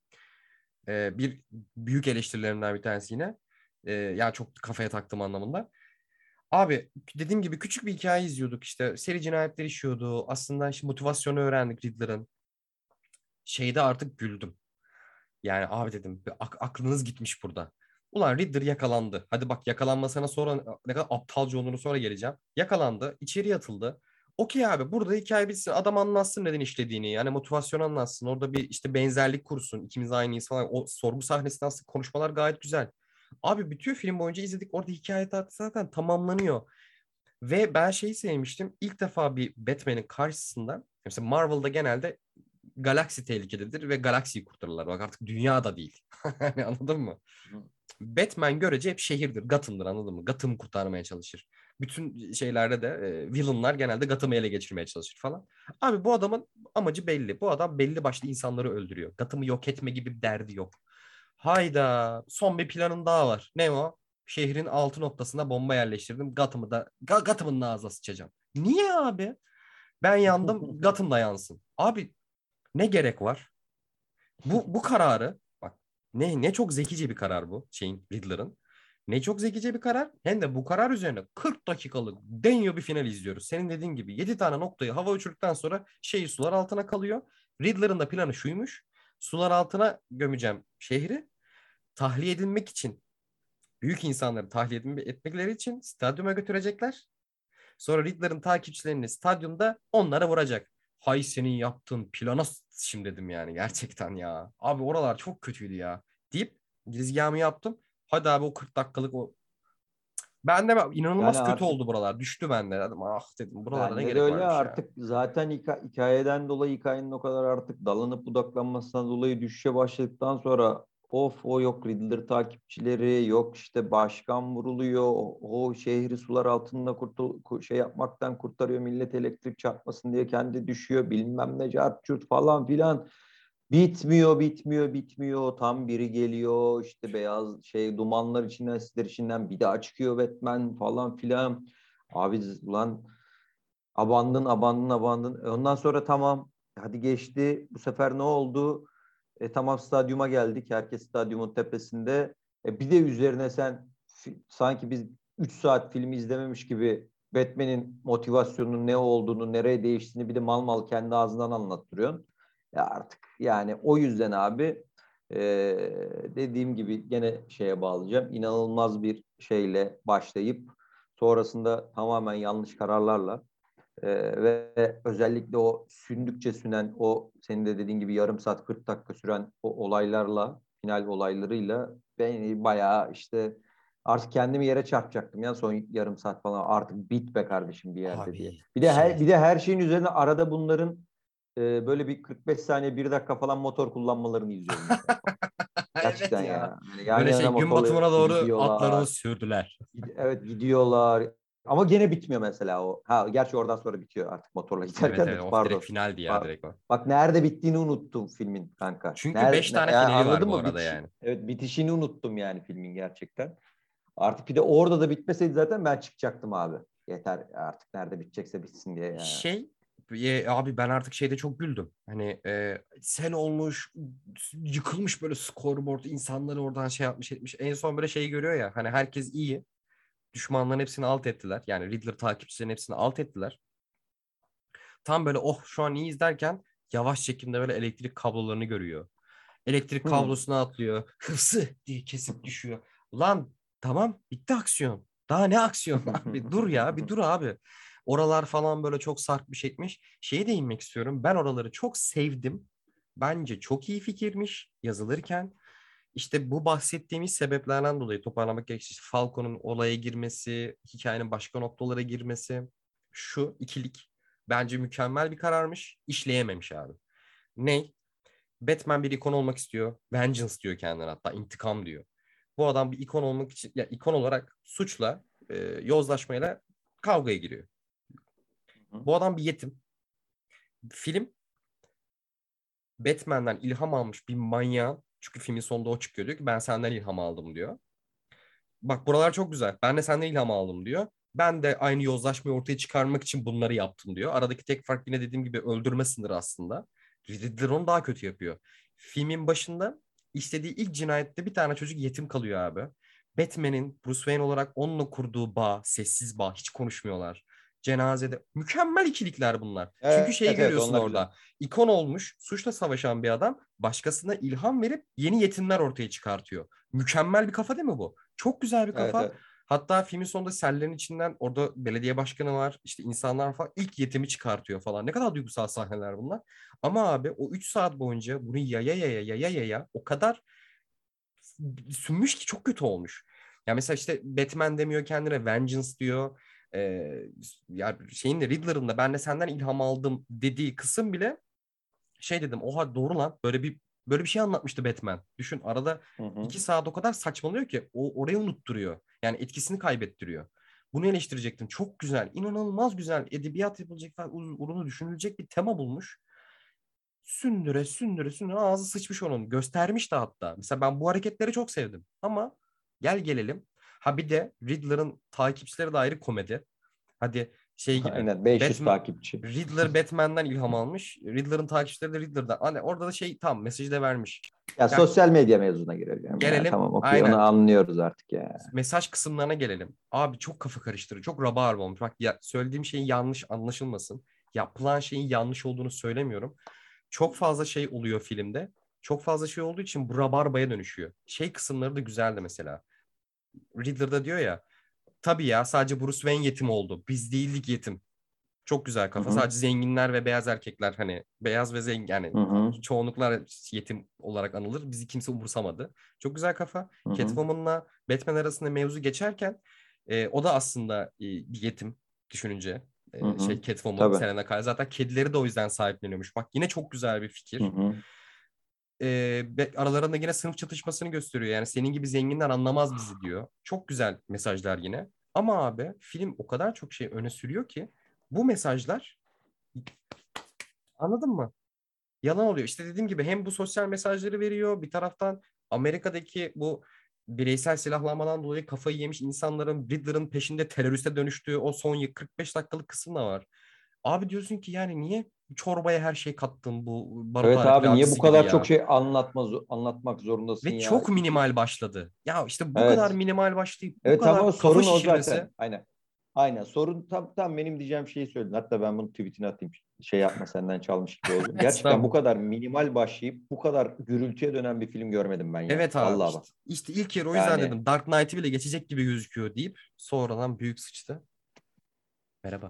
Bir büyük eleştirilerimden bir tanesi yine. Yani çok kafaya taktım anlamında. Abi dediğim gibi küçük bir hikaye izliyorduk işte. Seri cinayetler işiyordu. Aslında işte motivasyonu öğrendik Riddler'ın. Şeyde artık güldüm. Yani abi dedim, aklınız gitmiş burada. Ulan Riddler yakalandı. Hadi bak, yakalanmasına sonra ne kadar aptalca olduğunu sonra geleceğim. Yakalandı. İçeri atıldı. Okey abi, burada hikaye bitsin. Adam anlatsın neden işlediğini. Yani motivasyon anlatsın. Orada bir işte benzerlik kursun. İkimiz aynıyız falan. O sorgu sahnesinde aslında konuşmalar gayet güzel. Abi bütün film boyunca izledik. Orada hikaye zaten tamamlanıyor. Ve ben şeyi sevmiştim. İlk defa bir Batman'in karşısında, mesela Marvel'da genelde galaksi tehlikededir ve galaksiyi kurtarırlar. Bak artık dünya da değil. Hani anladın mı? Batman görece hep şehirdir, Gotham'dır, anladın mı? Gotham'ı kurtarmaya çalışır. Bütün şeylerde de villainlar genelde Gotham'ı ele geçirmeye çalışır falan. Abi bu adamın amacı belli. Bu adam belli başlı insanları öldürüyor. Gotham'ı yok etme gibi bir derdi yok. Hayda, son bir planın daha var. Ne o? Şehrin altı noktasına bomba yerleştirdim. Gotham'ın da ağzına sıçacağım. Niye abi? Ben yandım, Gotham da yansın. Abi ne gerek var? Bu kararı bak, ne çok zekice bir karar bu şeyin, Riddler'ın. Ne çok zekice bir karar. Hem de bu karar üzerine 40 dakikalık deniyor bir final izliyoruz. Senin dediğin gibi 7 tane noktayı hava uçurduktan sonra şehir sular altına kalıyor. Riddler'ın da planı şuymuş. Sular altına gömeceğim şehri. Tahliye edilmek için, büyük insanları tahliye etmekleri için stadyuma götürecekler. Sonra Riddler'ın takipçilerini stadyumda onlara vuracak. Hay senin yaptığın plana şimdi dedim yani, gerçekten ya. Abi oralar çok kötüydü ya. Deyip girizgahımı yaptım. Hadi abi o 40 dakikalık o. Ben de Yani inanılmaz kötü artık oldu buralar. Düştü bende. Dedim ah, dedim buralara ne bende de gerek öyle varmış ya. artık zaten hikayeden dolayı hikayenin o kadar artık dalanıp budaklanmasından dolayı düşüşe başladıktan sonra o yok Riddler takipçileri yok işte başkan vuruluyor o şehri sular altında yapmaktan kurtarıyor millet elektrik çarpmasın diye kendi düşüyor bilmem ne cart curt falan filan. Bitmiyor. Tam biri geliyor işte beyaz dumanlar içinden sisler içinden bir daha çıkıyor Batman falan filan. Abi ulan abandın. Ondan sonra tamam hadi geçti. Bu sefer ne oldu? Tamam stadyuma geldik. Herkes stadyumun tepesinde. Bir de üzerine sen sanki biz 3 saat filmi izlememiş gibi Batman'in motivasyonunun ne olduğunu, nereye değiştiğini bir de mal mal kendi ağzından anlattırıyorsun. Ya artık yani o yüzden abi e, dediğim gibi gene bağlayacağım. İnanılmaz bir şeyle başlayıp sonrasında tamamen yanlış kararlarla ve özellikle o sündükçe sünen o senin de dediğin gibi yarım saat 40 dakika süren o olaylarla final olaylarıyla beni bayağı işte artık kendimi yere çarpacaktım ya son yarım saat falan artık bit be kardeşim bir yerde diye. Abi Bir de her şeyin üzerine arada bunların böyle bir 45 saniye 1 dakika falan motor kullanmalarını izliyorum mesela. evet Gerçekten ya. ya. Yani yan Böyle yana gün motorla batımına doğru atlarını gidiyorlar. sürdüler. Evet gidiyorlar. Ama gene bitmiyor mesela o. Ha gerçi oradan sonra bitiyor artık motorla Evet giderken de evet, of, direkt pardon. finaldi ya, direkt o. Bak nerede bittiğini unuttum filmin kanka. Çünkü 5 tane Yani finali var anladın bu mı? arada yani. Evet bitişini unuttum yani filmin gerçekten. Artık bir de orada da bitmeseydi zaten ben çıkacaktım abi. Yeter artık nerede bitecekse bitsin diye yani. Şey abi ben artık şeyde çok güldüm. Hani sel olmuş, yıkılmış böyle scoreboard, insanları oradan şey yapmış etmiş. En son böyle şeyi görüyor ya, hani herkes iyi. Düşmanların hepsini alt ettiler. Yani Riddler takipçilerin hepsini alt ettiler. Tam böyle oh şu an iyi izlerken yavaş çekimde böyle elektrik kablolarını görüyor. Elektrik Hmm. kablosuna atlıyor. Hıfsı diye kesip düşüyor. Ulan tamam, bitti aksiyon. Daha ne aksiyon abi? Dur ya, bir dur abi. Oralar falan böyle çok sarkmış etmiş. Şeye değinmek istiyorum. Ben oraları çok sevdim. Bence çok iyi fikirmiş yazılırken. İşte bu bahsettiğimiz sebeplerden dolayı toparlamak gerekirse işte Falco'nun olaya girmesi, hikayenin başka noktalara girmesi, şu ikilik bence mükemmel bir kararmış. İşleyememiş abi. Ne? Batman bir ikon olmak istiyor. Vengeance diyor kendine, hatta intikam diyor. Bu adam bir ikon olmak için, ya ikon olarak suçla, yozlaşmayla kavgaya giriyor. Bu adam bir yetim. Film Batman'den ilham almış bir manyağın, çünkü filmin sonunda o çıkıyor, diyor ki ben senden ilham aldım diyor. Bak buralar çok güzel. Ben de senden ilham aldım diyor. Ben de aynı yozlaşmayı ortaya çıkarmak için bunları yaptım diyor. Aradaki tek fark yine dediğim gibi öldürme sınırı aslında. Riddler onu daha kötü yapıyor. Filmin başında işlediği ilk cinayette bir tane çocuk yetim kalıyor abi. Batman'in Bruce Wayne olarak onunla kurduğu bağ, sessiz bağ, hiç konuşmuyorlar. Cenazede mükemmel ikilikler bunlar. Çünkü Evet, şeyi evet, görüyorsun onlar güzel. orada. İkon olmuş, suçla savaşan bir adam başkasına ilham verip yeni yetimler ortaya çıkartıyor. Mükemmel bir kafa değil mi bu? Çok güzel bir Evet, kafa. evet. Hatta filmin sonunda sellerin içinden orada belediye başkanı var. İşte insanlar falan ilk yetimi çıkartıyor falan. Ne kadar duygusal sahneler bunlar. Ama abi o 3 saat boyunca bunu yaya o kadar sünmüş ki çok kötü olmuş. Ya mesela işte Batman demiyor kendine, Vengeance diyor. Ya şeyin de, Riddler'ın da ben de senden ilham aldım dediği kısım bile şey dedim, oha doğru lan, böyle bir şey anlatmıştı Batman. Düşün, arada Hı hı. 2 saat o kadar saçmalıyor ki o orayı unutturuyor. Yani etkisini kaybettiriyor. Bunu eleştirecektim. Çok güzel, inanılmaz güzel edebiyat yapılacak falan uğruna düşünülecek bir tema bulmuş. Sündüre sündüre sündüre ağzı sıçmış onun. Göstermiş de hatta. Mesela ben bu hareketleri çok sevdim. Ama gel gelelim. Ha bir de Riddler'ın takipçileri de ayrı komedi. Hadi şey gibi. Aynen, 500 Batman, takipçi. Riddler Batman'den ilham almış. Riddler'ın takipçileri de Riddler'dan. Hani orada da şey, tam mesajı da vermiş. Ya Gel, sosyal medya mevzuna girelim ya. gelelim Tamam, okey, onu aynen anlıyoruz artık ya. mesaj kısımlarına gelelim. Abi çok kafa karıştırıcı. Çok rabarba olmuş. Bak ya, söylediğim şeyin yanlış anlaşılmasın. Yapılan şeyin yanlış olduğunu söylemiyorum. Çok fazla şey oluyor filmde. Çok fazla şey olduğu için bu rabarbaya dönüşüyor. Şey kısımları da güzeldi mesela. Riddler diyor ya, tabii ya sadece Bruce Wayne yetim oldu. Biz değildik yetim. Çok güzel Hı kafa. hı. Sadece zenginler ve beyaz erkekler, hani beyaz ve zengin, yani Hı hı. çoğunluklar yetim olarak anılır. Bizi kimse umursamadı. Çok güzel kafa. Hı hı. Catwoman'la Batman arasında mevzu geçerken o da aslında bir yetim düşününce. Hı hı. Catwoman, Tabii. Selena Kyle. Zaten kedileri de o yüzden sahipleniyormuş. Bak yine çok güzel bir Hı fikir. hı. Aralarında yine sınıf çatışmasını gösteriyor. Yani senin gibi zenginler anlamaz bizi diyor. Çok güzel mesajlar yine. Ama abi film o kadar çok şey öne sürüyor ki bu mesajlar, anladın mı? Yalan oluyor. İşte dediğim gibi hem bu sosyal mesajları veriyor, bir taraftan Amerika'daki bu bireysel silahlanmadan dolayı kafayı yemiş insanların Riddler'ın peşinde teröriste dönüştüğü o son 45 dakikalık kısım da var. Abi diyorsun ki yani niye çorbaya her şey kattın bu barut Evet aleti abi, niye bu abisi gibi kadar çok ya? şey anlatmak zorundasın Ve ya? çok minimal başladı. Ya işte bu kadar Evet. minimal başlayıp bu Evet, ama kadar kafa sorun o şişirmesi. zaten. Aynen. Aynen. Sorun tam benim diyeceğim şeyi söyledin. Hatta ben bunu tweetini atayım. Şey yapma, senden çalmış gibi oldu. Gerçekten bu Estağfurullah. kadar minimal başlayıp bu kadar gürültüye dönen bir film görmedim ben ya. Evet abi, Vallahi bak. işte ilk yarı o yüzden Yani dedim Dark Knight'ı bile geçecek gibi gözüküyor deyip sonradan büyük sıçtı. Merhaba.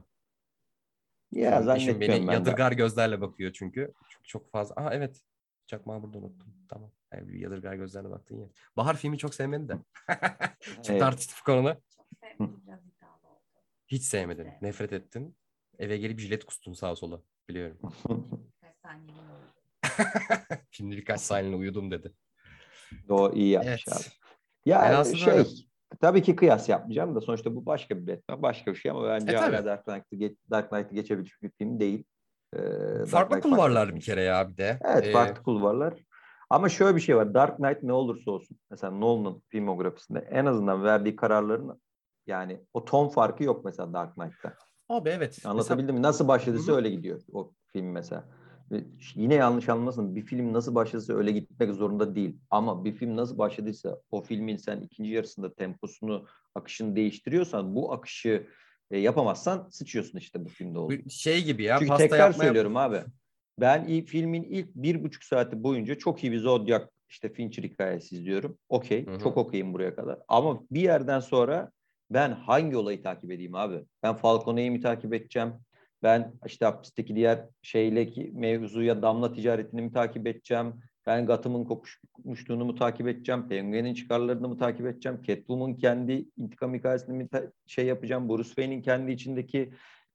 Şu ya, an eşim beni zannetmiyorum ben de. yadırgar gözlerle bakıyor çünkü. Çünkü çok fazla. Aa evet. Çakmağı burada unuttum. Tamam. Yani bir yadırgar gözlerle baktın ya. Bahar filmi çok sevmedi de. Çok Evet. tartıştık bu konuda. Hı. Biraz iddialı oldu. Hiç sevmedin. Nefret ettin. Eve gelip jilet kustun sağa sola. Biliyorum. Kaç saniye oldu. Şimdi birkaç saniye uyudum dedi. O iyi yapmış abi. Evet. Ya Velhasıl öyle. tabii ki kıyas yapmayacağım da sonuçta bu başka bir Batman, başka bir şey, ama bence Tabii. hala Dark Knight'ı geçebilecek bir film değil. Ee, Dark Farklı Knight farklı bir kulvarlar bir film. kere ya bir de. Evet, farklı kulvarlar. Ama şöyle bir şey var. Dark Knight ne olursa olsun, mesela Nolan'ın filmografisinde en azından verdiği kararların, yani o ton farkı yok mesela Dark Knight'ta. Abi evet. Mesela Anlatabildim mi? Nasıl hı başladıysa hı. öyle gidiyor o film mesela. Ve yine yanlış anlamasın. Bir film nasıl başladıysa öyle gitmek zorunda değil. Ama bir film nasıl başladıysa o filmin sen ikinci yarısında temposunu, akışını değiştiriyorsan, bu akışı yapamazsan sıçıyorsun işte bu filmde olduğu Bu gibi. şey gibi ya, Çünkü pasta tekrar yapmaya. söylüyorum abi. Ben filmin ilk 1,5 saati boyunca çok iyi bir Zodiac, işte Fincher hikayesi izliyorum. Okey. Hı Çok hı. okeyim buraya kadar. Ama bir yerden sonra Ben hangi olayı takip edeyim abi? Ben Falcone'yi mi takip edeceğim? Ben işte hapisteki diğer şeyleki mevzuya damla ticaretini mi takip edeceğim? Ben Gotham'ın kokuşmuşluğunu mu takip edeceğim? Penguin'in çıkarlarını mı takip edeceğim? Catwoman kendi intikam hikayesini mi şey yapacağım? Bruce Wayne'in kendi içindeki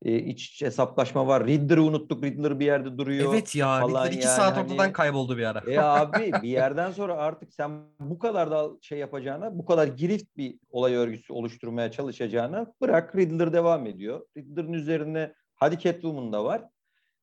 iç hesaplaşma var. Riddler'ı unuttuk. Riddler bir yerde duruyor Evet ya, falan Riddler 2 yani saat ortadan hani kayboldu bir ara. abi bir yerden sonra artık sen bu kadar da şey yapacağına, bu kadar girift bir olay örgüsü oluşturmaya çalışacağına bırak Riddler devam ediyor. Riddler'ın üzerine hadi Catwoman da var.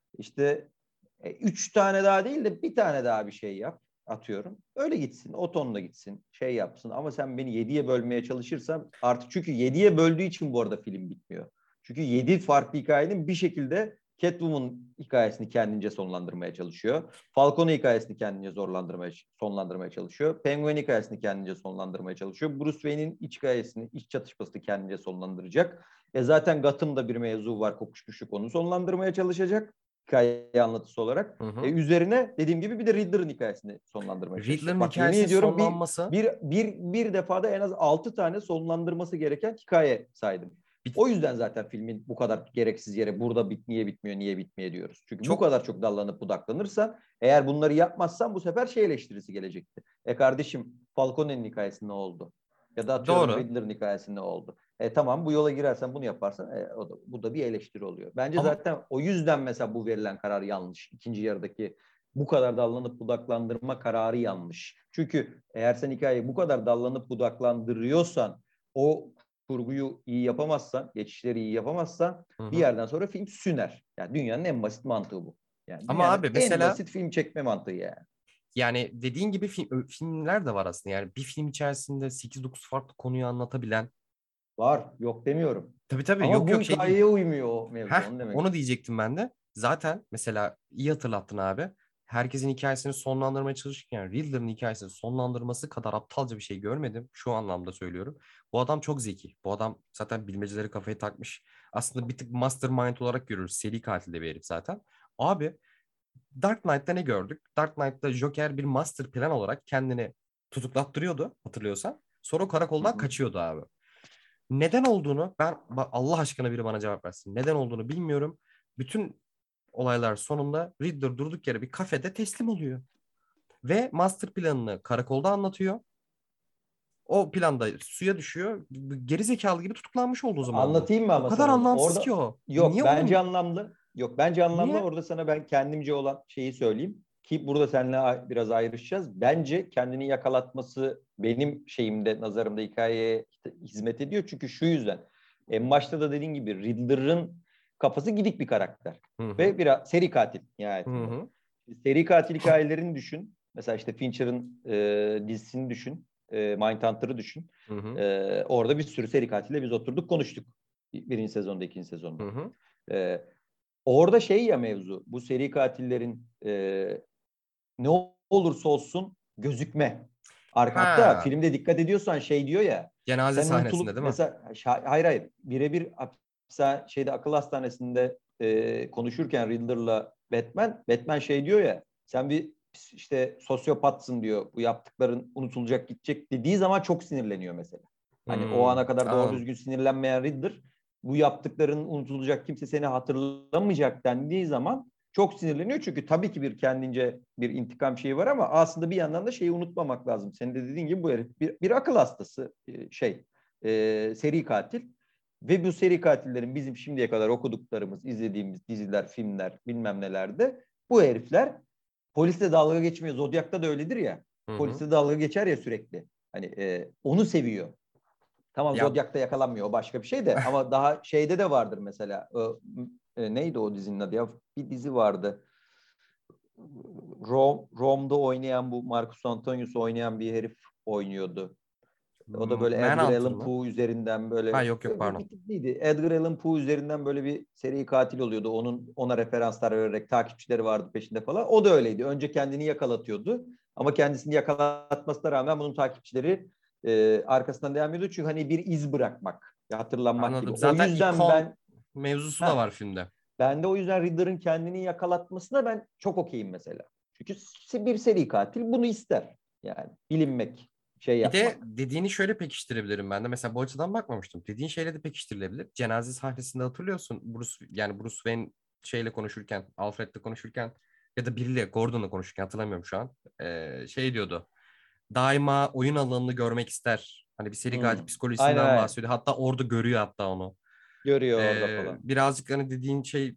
İşte 3 tane daha değil de bir tane daha bir şey yap atıyorum. Öyle gitsin. O tonla gitsin. Şey yapsın. Ama sen beni 7'ye bölmeye çalışırsan artık çünkü 7'ye böldüğü için bu arada film bitmiyor. Çünkü 7 farklı hikayenin bir şekilde Catwoman hikayesini kendince sonlandırmaya çalışıyor. Falcone hikayesini kendince sonlandırmaya çalışıyor. Penguin hikayesini kendince sonlandırmaya çalışıyor. Bruce Wayne'in iç hikayesini, iç çatışmasını kendince sonlandıracak. Zaten Gotham'da bir mevzu var, kokuşmuşluk, onu sonlandırmaya çalışacak hikaye anlatısı olarak. Hı hı. Üzerine dediğim gibi bir de Riddler'ın hikayesini sonlandırmaya çalışacak. Riddler'ın Bak yemin hikayesinin ediyorum sonlanması bir defada en az 6 tane sonlandırması gereken hikaye saydım. bir- O yüzden zaten filmin bu kadar gereksiz yere burada niye bitmiyor, niye bitmiyor diyoruz. Çünkü bu çok kadar çok dallanıp budaklanırsan, eğer bunları yapmazsan bu sefer şey eleştirisi gelecekti. Kardeşim Falcone'nin hikayesi ne oldu? Ya da atıyorum doğru. Riddler'ın hikayesi ne oldu? Tamam bu yola girersen bunu yaparsan bu da bir eleştiri oluyor. Bence Ama zaten o yüzden mesela bu verilen karar yanlış. İkinci yarıdaki bu kadar dallanıp budaklandırma kararı yanlış. Çünkü eğer sen hikayeyi bu kadar dallanıp budaklandırıyorsan, o kurguyu iyi yapamazsan, geçişleri iyi yapamazsan hı bir hı. yerden sonra film süner. Yani dünyanın en basit mantığı bu. Yani Ama dünyanın abi en mesela basit film çekme mantığı yani. yani dediğin gibi filmler de var aslında. Yani bir film içerisinde 8-9 farklı konuyu anlatabilen. Var, yok demiyorum. Tabii tabii, Ama yok bu yok, şey değil. hikayeye uymuyor o mevzu, Heh, onu demek onu istiyorum. diyecektim ben de. Zaten mesela iyi hatırlattın abi. Herkesin hikayesini sonlandırmaya çalışırken Riddler'ın hikayesini sonlandırması kadar aptalca bir şey görmedim. Şu anlamda söylüyorum. Bu adam çok zeki. Bu adam zaten bilmeceleri kafaya takmış. Aslında bir tık mastermind olarak görürüz. Seri katil de bir herif zaten. Abi Dark Knight'ta ne gördük? Dark Knight'ta Joker bir master plan olarak kendini tutuklattırıyordu, hatırlıyorsan. Sonra o Hı karakoldan hı. kaçıyordu abi. Neden olduğunu Allah aşkına biri bana cevap versin. Neden olduğunu bilmiyorum. Bütün olaylar sonunda Riddler durduk yere bir kafede teslim oluyor. Ve master planını karakolda anlatıyor. O planda suya düşüyor. Geri zekalı gibi tutuklanmış oldu o zaman bu. Anlatayım mı O ama kadar sana onu? anlamsız ki Orada o. yok Niye bence oğlum? anlamlı. Yok bence anlamlı. Niye? Orada sana ben kendimce olan şeyi söyleyeyim. Ki burada seninle biraz ayrışacağız. Bence kendini yakalatması benim şeyimde, nazarımda hikayeye hizmet ediyor. Çünkü şu yüzden. En başta da dediğin gibi Riddler'ın kafası gidik bir karakter. Hı hı. Ve biraz seri katil Hı nihayetinde. hı. Seri katil hikayelerini düşün. Mesela işte Fincher'ın dizisini düşün. Mindhunter'ı düşün. Hı hı. Orada bir sürü seri katille biz oturduk konuştuk. Birinci sezonda, ikinci Hı sezonda. hı. Ee, Orada şey ya mevzu, bu seri katillerin ne olursa olsun gözükme. Hatta Ha, filmde dikkat ediyorsan şey diyor ya, cenaze sen sahnesinde unutulup değil mi? mesela hayır hayır birebir şeyde akıl hastanesinde konuşurken Riddler'la Batman şey diyor ya, sen bir işte sosyopatsın diyor, bu yaptıkların unutulacak gidecek dediği zaman çok sinirleniyor mesela. Hani o ana kadar doğru Anladım. düzgün sinirlenmeyen Riddler, bu yaptıkların unutulacak, kimse seni hatırlamayacak dendiği zaman çok sinirleniyor. Çünkü tabii ki bir kendince bir intikam şeyi var ama aslında bir yandan da şeyi unutmamak lazım. Senin de dediğin gibi bu herif bir akıl hastası seri katil. Ve bu seri katillerin bizim şimdiye kadar okuduklarımız, izlediğimiz diziler, filmler, bilmem nelerde bu herifler polisle dalga geçmiyor. Zodiac'ta da öyledir ya. Hı hı. Polisle dalga geçer ya sürekli. Hani onu seviyor. Tamam Ya Zodiac'ta yakalanmıyor, o başka bir şey de ama daha şeyde de vardır mesela. Neydi o dizinin adı ya? Bir dizi vardı. Rome'da oynayan, bu Marcus Antonius oynayan bir herif oynuyordu. O da böyle Edgar Manhunter Allan mı? Poe üzerinden Ha, böyle yok yok, pardon. bir diziydi. Edgar Allan Poe üzerinden böyle bir seri katil oluyordu. Ona referanslar vererek takipçileri vardı peşinde falan. O da öyleydi. Önce kendini yakalatıyordu. Ama kendisini yakalatmasına rağmen bunun takipçileri arkasından devam ediyordu. Çünkü hani bir iz bırakmak, hatırlanmak gibi. Anladım. O Zaten yüzden ikon mevzusu da heh, var filmde. ben de o yüzden Riddler'ın kendini yakalatmasına ben çok okeyim mesela. Çünkü bir seri katil bunu ister. Yani bilinmek. şey Bir de yapmak. dediğini şöyle pekiştirebilirim ben de. Mesela bu açıdan bakmamıştım. Dediğin şeyle de pekiştirilebilir. Cenaze sahnesinde hatırlıyorsun. Bruce Wayne şeyle konuşurken, Alfred'le konuşurken ya da biriyle Gordon'la konuşurken hatırlamıyorum şu an. Şey diyordu. Daima oyun alanını görmek ister. Hani bir seri katil Aynen psikolojisinden aynen. bahsediyor. Hatta orada görüyor hatta onu. Görüyor orada falan. Birazcık hani dediğin şey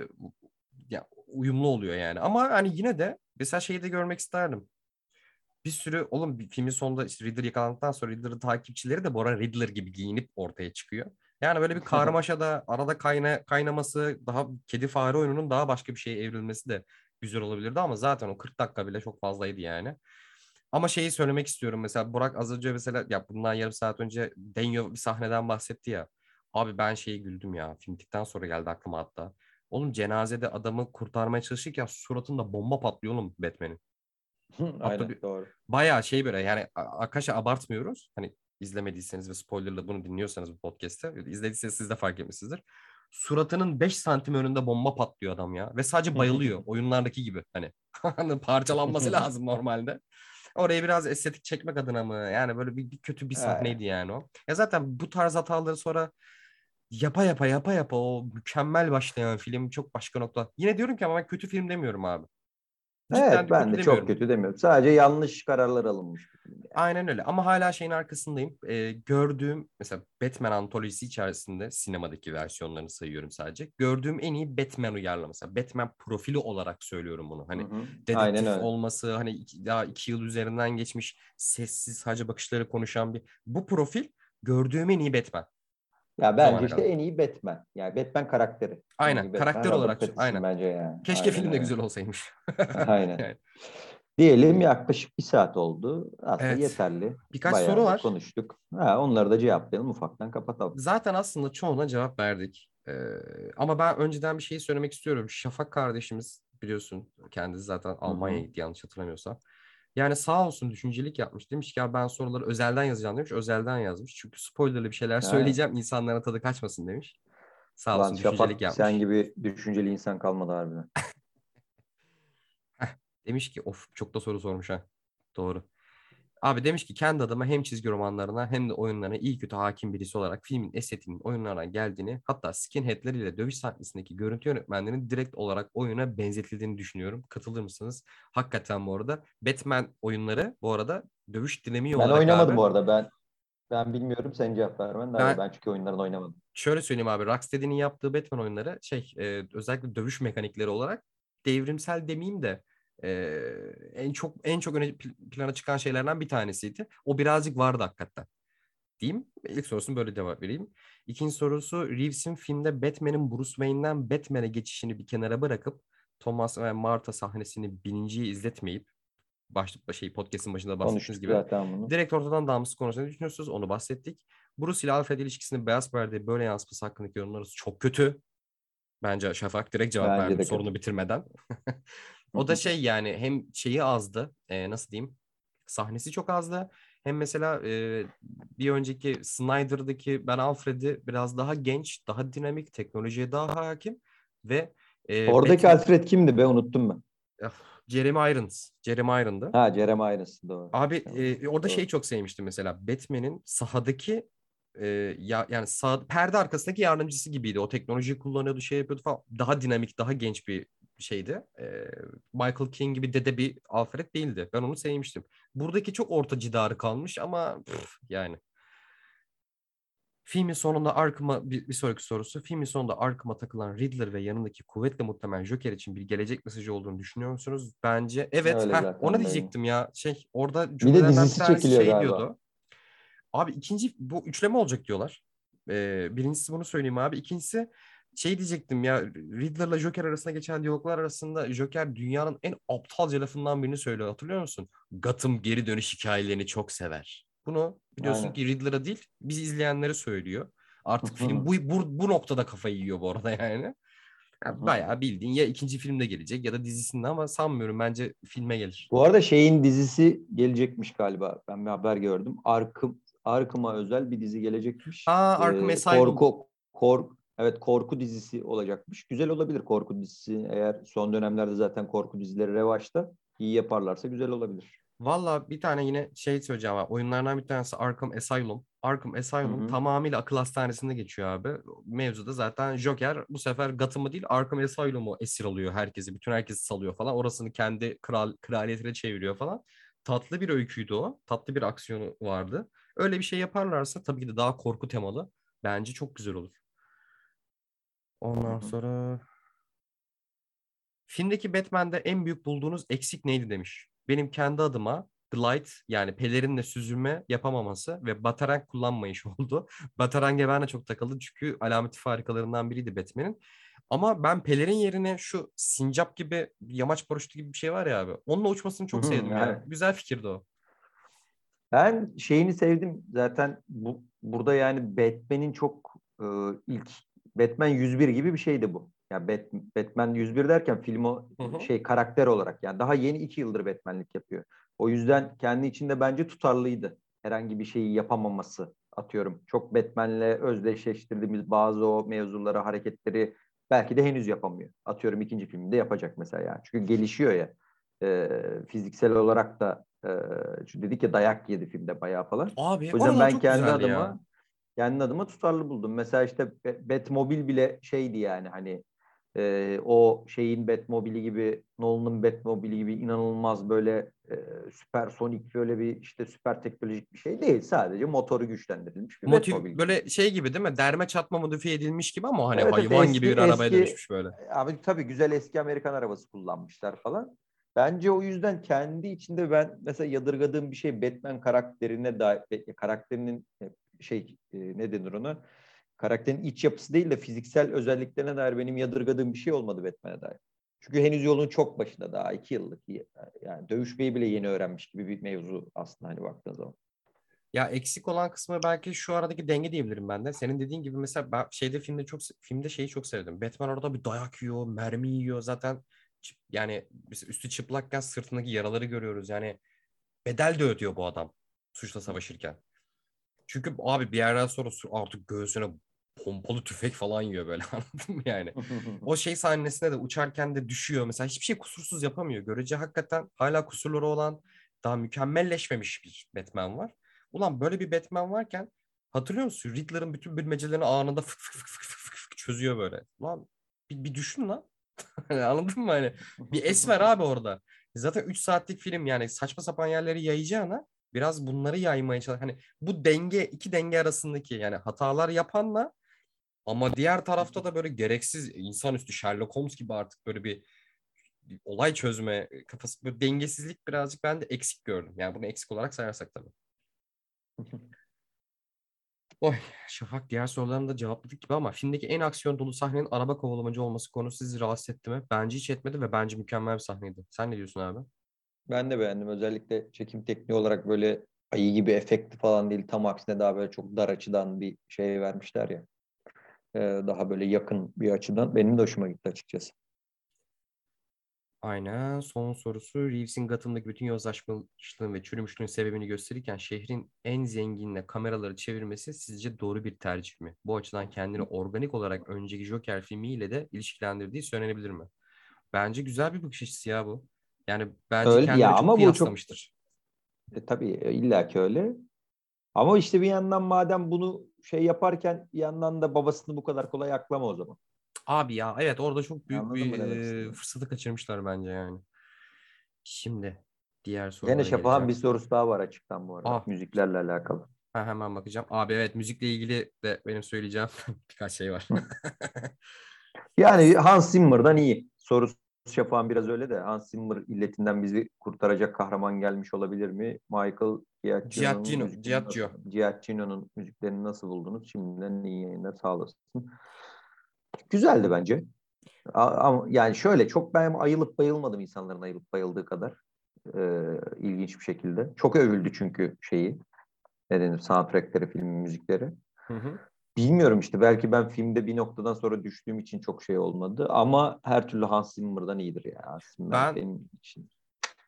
ya, uyumlu oluyor yani. Ama hani yine de mesela şeyi de görmek isterdim. Bir sürü oğlum bir filmin sonunda işte Riddler yakalandıktan sonra Riddler'ın takipçileri de bu arada Riddler gibi giyinip ortaya çıkıyor. Yani böyle bir karmaşada arada kaynaması daha kedi fare oyununun daha başka bir şeye evrilmesi de güzel olabilirdi ama zaten o 40 dakika bile çok fazlaydı yani. Ama şeyi söylemek istiyorum mesela Burak az önce mesela ya bundan yarım saat önce Denyo bir sahneden bahsetti ya. Abi ben şeyi güldüm ya film bittikten sonra geldi aklıma hatta. Oğlum cenazede adamı kurtarmaya çalışırken suratında bomba patlıyor oğlum Batman'in. Aynen doğru. Bayağı şey böyle yani arkadaşlar abartmıyoruz. Hani izlemediyseniz ve spoilerla bunu dinliyorsanız bu podcast'te izlediyseniz siz de fark etmişsinizdir. Suratının 5 santim önünde bomba patlıyor adam ya. Ve sadece bayılıyor. Oyunlardaki gibi. Hani hani parçalanması lazım normalde. Oraya biraz estetik çekmek adına mı? Yani böyle bir kötü bir Evet. sahneydi yani o. Ya zaten bu tarz hataları sonra yapa yapa o mükemmel başlayan film çok başka nokta. Yine diyorum ki ama ben kötü film demiyorum abi. Cidden Evet de ben kötü de çok demiyorum. kötü demiyorum. Sadece yanlış kararlar alınmış bir film yani. Aynen öyle ama hala şeyin arkasındayım. Gördüğüm mesela Batman antolojisi içerisinde sinemadaki versiyonlarını sayıyorum sadece. Gördüğüm en iyi Batman uyarlaması. Batman profili olarak söylüyorum bunu. Hı Hani hı. Aynen dedektif öyle. olması hani daha 2 yıl üzerinden geçmiş sessiz sadece bakışları konuşan bir. Bu profil gördüğüm en iyi Batman Ya bu bence zamana işte kadar. en iyi Batman. Yani Batman karakteri. En Aynen iyi Batman karakter Robert olarak Pattinson aynen. bence yani. Keşke Aynen film de öyle. güzel olsaymış. Aynen. Yani, Diyelim yaklaşık bir saat oldu. Aslında evet. yeterli. Birkaç soru Bayağı da var. konuştuk. Ha, onları da cevaplayalım ufaktan kapatalım. Zaten aslında çoğuna cevap verdik. Ama ben önceden bir şey söylemek istiyorum. Şafak kardeşimiz biliyorsun kendisi zaten Hı hı. Almanya'ya gitti yanlış hatırlamıyorsam. Yani sağ olsun düşüncelik yapmış. Demiş ki ya ben soruları özelden yazacağım demiş. Özelden yazmış. Çünkü spoilerlı bir şeyler Ha, söyleyeceğim. İnsanların tadı kaçmasın demiş. Sağ lan olsun düşüncelik Şafak sen yapmış. gibi düşünceli insan kalmadı harbiden. Heh, demiş ki of çok da soru sormuş ha. Doğru. Abi demiş ki kendi adıma hem çizgi romanlarına hem de oyunlarına iyi kötü hakim birisi olarak filmin estetiğinin oyunlarına geldiğini hatta skinheadleriyle dövüş sahnesindeki görüntü yönetmenlerinin direkt olarak oyuna benzetildiğini düşünüyorum. Katılır mısınız? Hakikaten bu arada Batman oyunları bu arada dövüş dinamiği Ben olarak oynamadım abi bu arada. Ben bilmiyorum. Sen cevap vermen daha iyi. ben Ben çünkü oyunlarını oynamadım. şöyle söyleyeyim abi Rocksteady'nin yaptığı Batman oyunları özellikle dövüş mekanikleri olarak devrimsel demeyeyim de e, en çok öne plana çıkan şeylerden bir tanesiydi. O birazcık vardı hakikaten. Diyeyim. İlk sorusunu böyle cevap vereyim. İkinci sorusu Reeves'in filmde Batman'in Bruce Wayne'den Batman'e geçişini bir kenara bırakıp Thomas ve Martha sahnesini birinciyi izletmeyip podcast'in başında bahsettiğiniz Konuştuk gibi zaten bunu. direkt ortadan damgası konusunda ne düşünüyorsunuz? Onu bahsettik. Bruce ile Alfred ilişkisinin beyaz perdeye böyle yansıması hakkındaki yorumlarınız çok kötü. Bence Şafak direkt cevap Bence verdim de kötü. sorunu bitirmeden. O da şey yani hem şeyi azdı nasıl diyeyim sahnesi çok azdı. Hem mesela bir önceki Snyder'daki Ben Alfred'i biraz daha genç, daha dinamik, teknolojiye daha hakim ve Oradaki Batman Alfred kimdi be? Unuttum ben. eh, Jeremy Irons'dı. Ha, Jeremy Irons. Doğru. Abi Tamam. orada şeyi Doğru. çok sevmiştim mesela Batman'in sahadaki yani perde arkasındaki yardımcısı gibiydi. O teknolojiyi kullanıyordu, şey yapıyordu falan. Daha dinamik, daha genç bir şeydi. Michael Keaton gibi dede bir Alfred değildi. Ben onu sevmiştim. Buradaki çok orta cidarı kalmış ama yani. Filmin sonunda Arkham'a bir sonraki sorusu. Filmin sonunda Arkham'a takılan Riddler ve yanındaki kuvvetle muhtemelen Joker için bir gelecek mesajı olduğunu düşünüyor musunuz? Bence evet. Öyle Ona zaten belli. diyecektim ya. Orada Bir de cümlelerden bir dizisi tanesi çekiliyor şey galiba. diyordu. Abi ikinci bu üçleme olacak diyorlar. Birincisi bunu söyleyeyim abi. İkincisi şey diyecektim ya Riddler'la Joker arasında geçen diyaloglar arasında Joker dünyanın en aptalca lafından birini söylüyor. Hatırlıyor musun? Gotham geri dönüş hikayelerini çok sever. Bunu biliyorsun Aynen. ki Riddler'a değil biz izleyenlere söylüyor. Artık film bu noktada kafayı yiyor bu arada yani. Ya bayağı bildiğin ya ikinci filmde gelecek ya da dizisinde ama sanmıyorum bence filme gelir. Bu arada şeyin dizisi gelecekmiş galiba. Ben bir haber gördüm. Arkım'a özel bir dizi gelecekmiş. Arkham Asylum. Evet, korku dizisi olacakmış. Güzel olabilir korku dizisi. Eğer son dönemlerde zaten korku dizileri revaçta iyi yaparlarsa güzel olabilir. Valla bir tane yine şey söyleyeceğim abi. Oyunlardan bir tanesi Arkham Asylum. Arkham Hı Asylum hı. tamamıyla akıl hastanesinde geçiyor abi. Mevzuda zaten Joker bu sefer Gotham'ı değil Arkham Asylum'u esir alıyor herkesi. Bütün herkesi salıyor falan. Orasını kendi kraliyetine çeviriyor falan. Tatlı bir öyküydü o. Tatlı bir aksiyonu vardı. Öyle bir şey yaparlarsa tabii ki de daha korku temalı. Bence çok güzel olur. Hı Ondan hı. sonra filmdeki Batman'de en büyük bulduğunuz eksik neydi demiş. Benim kendi adıma glide yani pelerinle süzülme yapamaması ve batarank kullanmayış oldu. Bataranga ben de çok takıldım çünkü alameti farikalarından biriydi Batman'in. Ama ben pelerin yerine şu sincap gibi yamaç paraşütü gibi bir şey var ya abi. Onunla uçmasını Hı çok hı. sevdim ya. Yani Güzel fikirdi o. ben şeyini sevdim zaten burada yani Batman'in çok ilk Batman 101 gibi bir şeydi bu. Ya Batman 101 derken film o Hı hı. şey karakter olarak yani daha yeni 2 yıldır Batman'lik yapıyor. O yüzden kendi içinde bence tutarlıydı. Herhangi bir şeyi yapamaması atıyorum. Çok Batman'le özdeşleştirdiğimiz bazı o mevzuları, hareketleri belki de henüz yapamıyor. Atıyorum ikinci filmde yapacak mesela yani. Çünkü gelişiyor ya. Fiziksel olarak da çünkü dedik ya dayak yedi filmde bayağı falan. Abi O yüzden oralar ben çok güzeldi ya. kendi adıma tutarlı buldum. Mesela işte Batmobile bile şeydi yani hani o şeyin Batmobile'i gibi Nolan'ın Batmobile'i gibi inanılmaz böyle süpersonik böyle bir işte süper teknolojik bir şey değil. Sadece motoru güçlendirilmiş bir Motiv Batmobile gibi. böyle şey gibi değil mi? Derme çatma modifiye edilmiş gibi ama hani Evet, evet, hayvan gibi bir arabaya dönüşmüş böyle. abi tabii güzel eski Amerikan arabası kullanmışlar falan. Bence o yüzden kendi içinde ben mesela yadırgadığım bir şey Batman karakterine dair karakterinin ne denir ona? Karakterin iç yapısı değil de fiziksel özelliklerine dair benim yadırgadığım bir şey olmadı Batman'e dair. Çünkü henüz yolun çok başında daha 2 yıllık yani dövüşmeyi bile yeni öğrenmiş gibi bir mevzu aslında hani baktığın zaman. Ya eksik olan kısmı belki şu aradaki denge diyebilirim ben de. Senin dediğin gibi mesela ben filmde şeyi çok sevdim. Batman orada bir dayak yiyor, mermi yiyor zaten. Yani biz üstü çıplakken sırtındaki yaraları görüyoruz. Yani bedel de ödüyor bu adam suçla savaşırken. Çünkü abi bir yerden sonra artık göğsüne pompalı tüfek falan yiyor böyle anladın mı yani? O şey sahnesinde de uçarken de düşüyor. Mesela hiçbir şey kusursuz yapamıyor. Görece hakikaten hala kusurları olan daha mükemmelleşmemiş bir Batman var. Ulan böyle bir Batman varken hatırlıyor musun? Riddler'ın bütün bilmecelerini anında fık fık fık fık fık fık çözüyor böyle. Lan bir düşün lan. Hani anladın mı hani? Bir es ver abi orada. Zaten 3 saatlik film yani saçma sapan yerleri yayacağına biraz bunları yaymaya çalış. Hani bu denge iki denge arasındaki yani hatalar yapanla ama diğer tarafta da böyle gereksiz insanüstü Sherlock Holmes gibi artık böyle bir olay çözme kafası böyle dengesizlik birazcık ben de eksik gördüm. Yani bunu eksik olarak sayarsak tabii. Oy Şafak diğer sorularını da cevapladık gibi ama filmdeki en aksiyon dolu sahnenin araba kovalamacı olması konusu sizi rahatsız etti mi? Bence hiç etmedi ve bence mükemmel bir sahneydi. Sen ne diyorsun abi? Ben de beğendim. Özellikle çekim tekniği olarak böyle ayı gibi efekti falan değil. Tam aksine daha böyle çok dar açıdan bir şey vermişler ya. Daha böyle yakın bir açıdan. Benim de hoşuma gitti açıkçası. Aynen. Son sorusu Reeves'in Gotham'daki bütün yozlaşmışlığın ve çürümüşlüğün sebebini gösterirken şehrin en zenginine kameraları çevirmesi sizce doğru bir tercih mi? Bu açıdan kendini organik olarak önceki Joker filmiyle de ilişkilendirdiği söylenebilir mi? Bence güzel bir bakış açısı ya bu. Yani bence Öyle ya kendini çok ama bu çok kıyaslamıştır. tabii illaki öyle. Ama işte bir yandan madem bunu şey yaparken bir yandan da babasını bu kadar kolay aklama o zaman. Abi ya evet orada çok büyük Anladın mı bir demek istediğimi? fırsatı kaçırmışlar bence yani. Şimdi diğer Gene sorulara Şafak'ın bir geleceğim. sorusu daha var açıktan bu arada. Ah Müziklerle alakalı. hemen bakacağım. Abi evet müzikle ilgili de benim söyleyeceğim birkaç şey var. Yani Hans Zimmer'dan iyi. Sorusu Şafak'ın biraz öyle de Hans Zimmer illetinden bizi kurtaracak kahraman gelmiş olabilir mi? Michael Giacchino'nun müziklerini nasıl buldunuz? Şimdiden iyi yayınlar sağ olasın. Güzeldi bence. Ama yani şöyle çok ben ayılıp bayılmadım insanların ayılıp bayıldığı kadar. İlginç bir şekilde. Çok övüldü çünkü ne denir soundtrackleri, filmin müzikleri. Hı hı. Bilmiyorum işte belki ben filmde bir noktadan sonra düştüğüm için çok şey olmadı ama her türlü Hans Zimmer'dan iyidir ya. Hans Zimmer Ben benim için.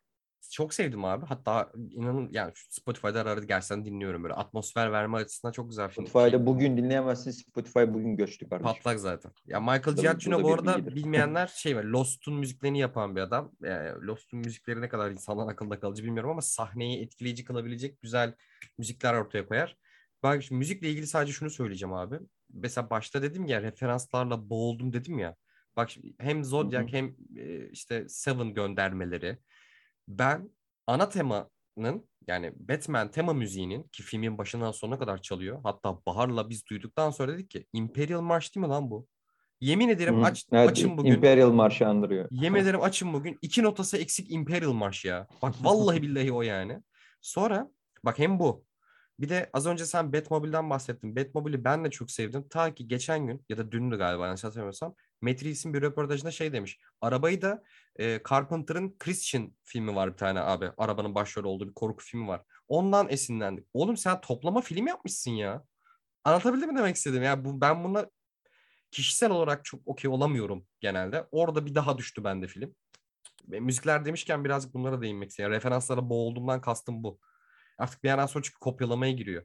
çok sevdim abi. Hatta inanın yani Spotify'da arada gerçekten dinliyorum böyle. Atmosfer verme açısından çok güzel film. Spotify'da bugün dinleyemezsin. Spotify bugün göçtü kardeşim. Patlak zaten. Ya Michael Bu Giacchino da bu bir arada bilgidir. bilmeyenler şey var. Lost'un müziklerini yapan bir adam. Yani Lost'un müzikleri ne kadar insanların akılda kalıcı bilmiyorum ama sahneyi etkileyici kılabilecek güzel müzikler ortaya koyar. Ben şimdi müzikle ilgili sadece şunu söyleyeceğim abi. Mesela başta dedim ya referanslarla boğuldum dedim ya. Bak şimdi hem Hı hı. Zodiac hem işte Seven göndermeleri. Ben ana temanın yani Batman tema müziğinin ki filmin başından sonuna kadar çalıyor. Hatta Bahar'la biz duyduktan sonra dedik ki Imperial March değil mi lan bu? Yemin Hı ederim hı. Evet, açın bugün. Imperial Marş'ı andırıyor. Yemin ederim açın bugün. İki notası eksik Imperial March ya. Bak vallahi billahi o yani. Sonra bak hem bu. Bir de az önce sen Batmobile'den bahsettin. Batmobile'i ben de çok sevdim. Ta ki geçen gün ya da dündü galiba yanlış hatırlamıyorsam. Matt Reeves'in bir röportajında şey demiş. Arabayı da Carpenter'ın Christian filmi var bir tane abi. Arabanın başrolü olduğu bir korku filmi var. Ondan esinlendik. Oğlum sen toplama film yapmışsın ya. Anlatabildim mi demek istedim? Ya ben buna kişisel olarak çok okey olamıyorum genelde. Orada bir daha düştü bende film. Müzikler demişken birazcık bunlara değinmek istiyorum. Yani referanslara boğulduğumdan kastım bu. Artık bir yerden sonra çünkü kopyalamaya giriyor.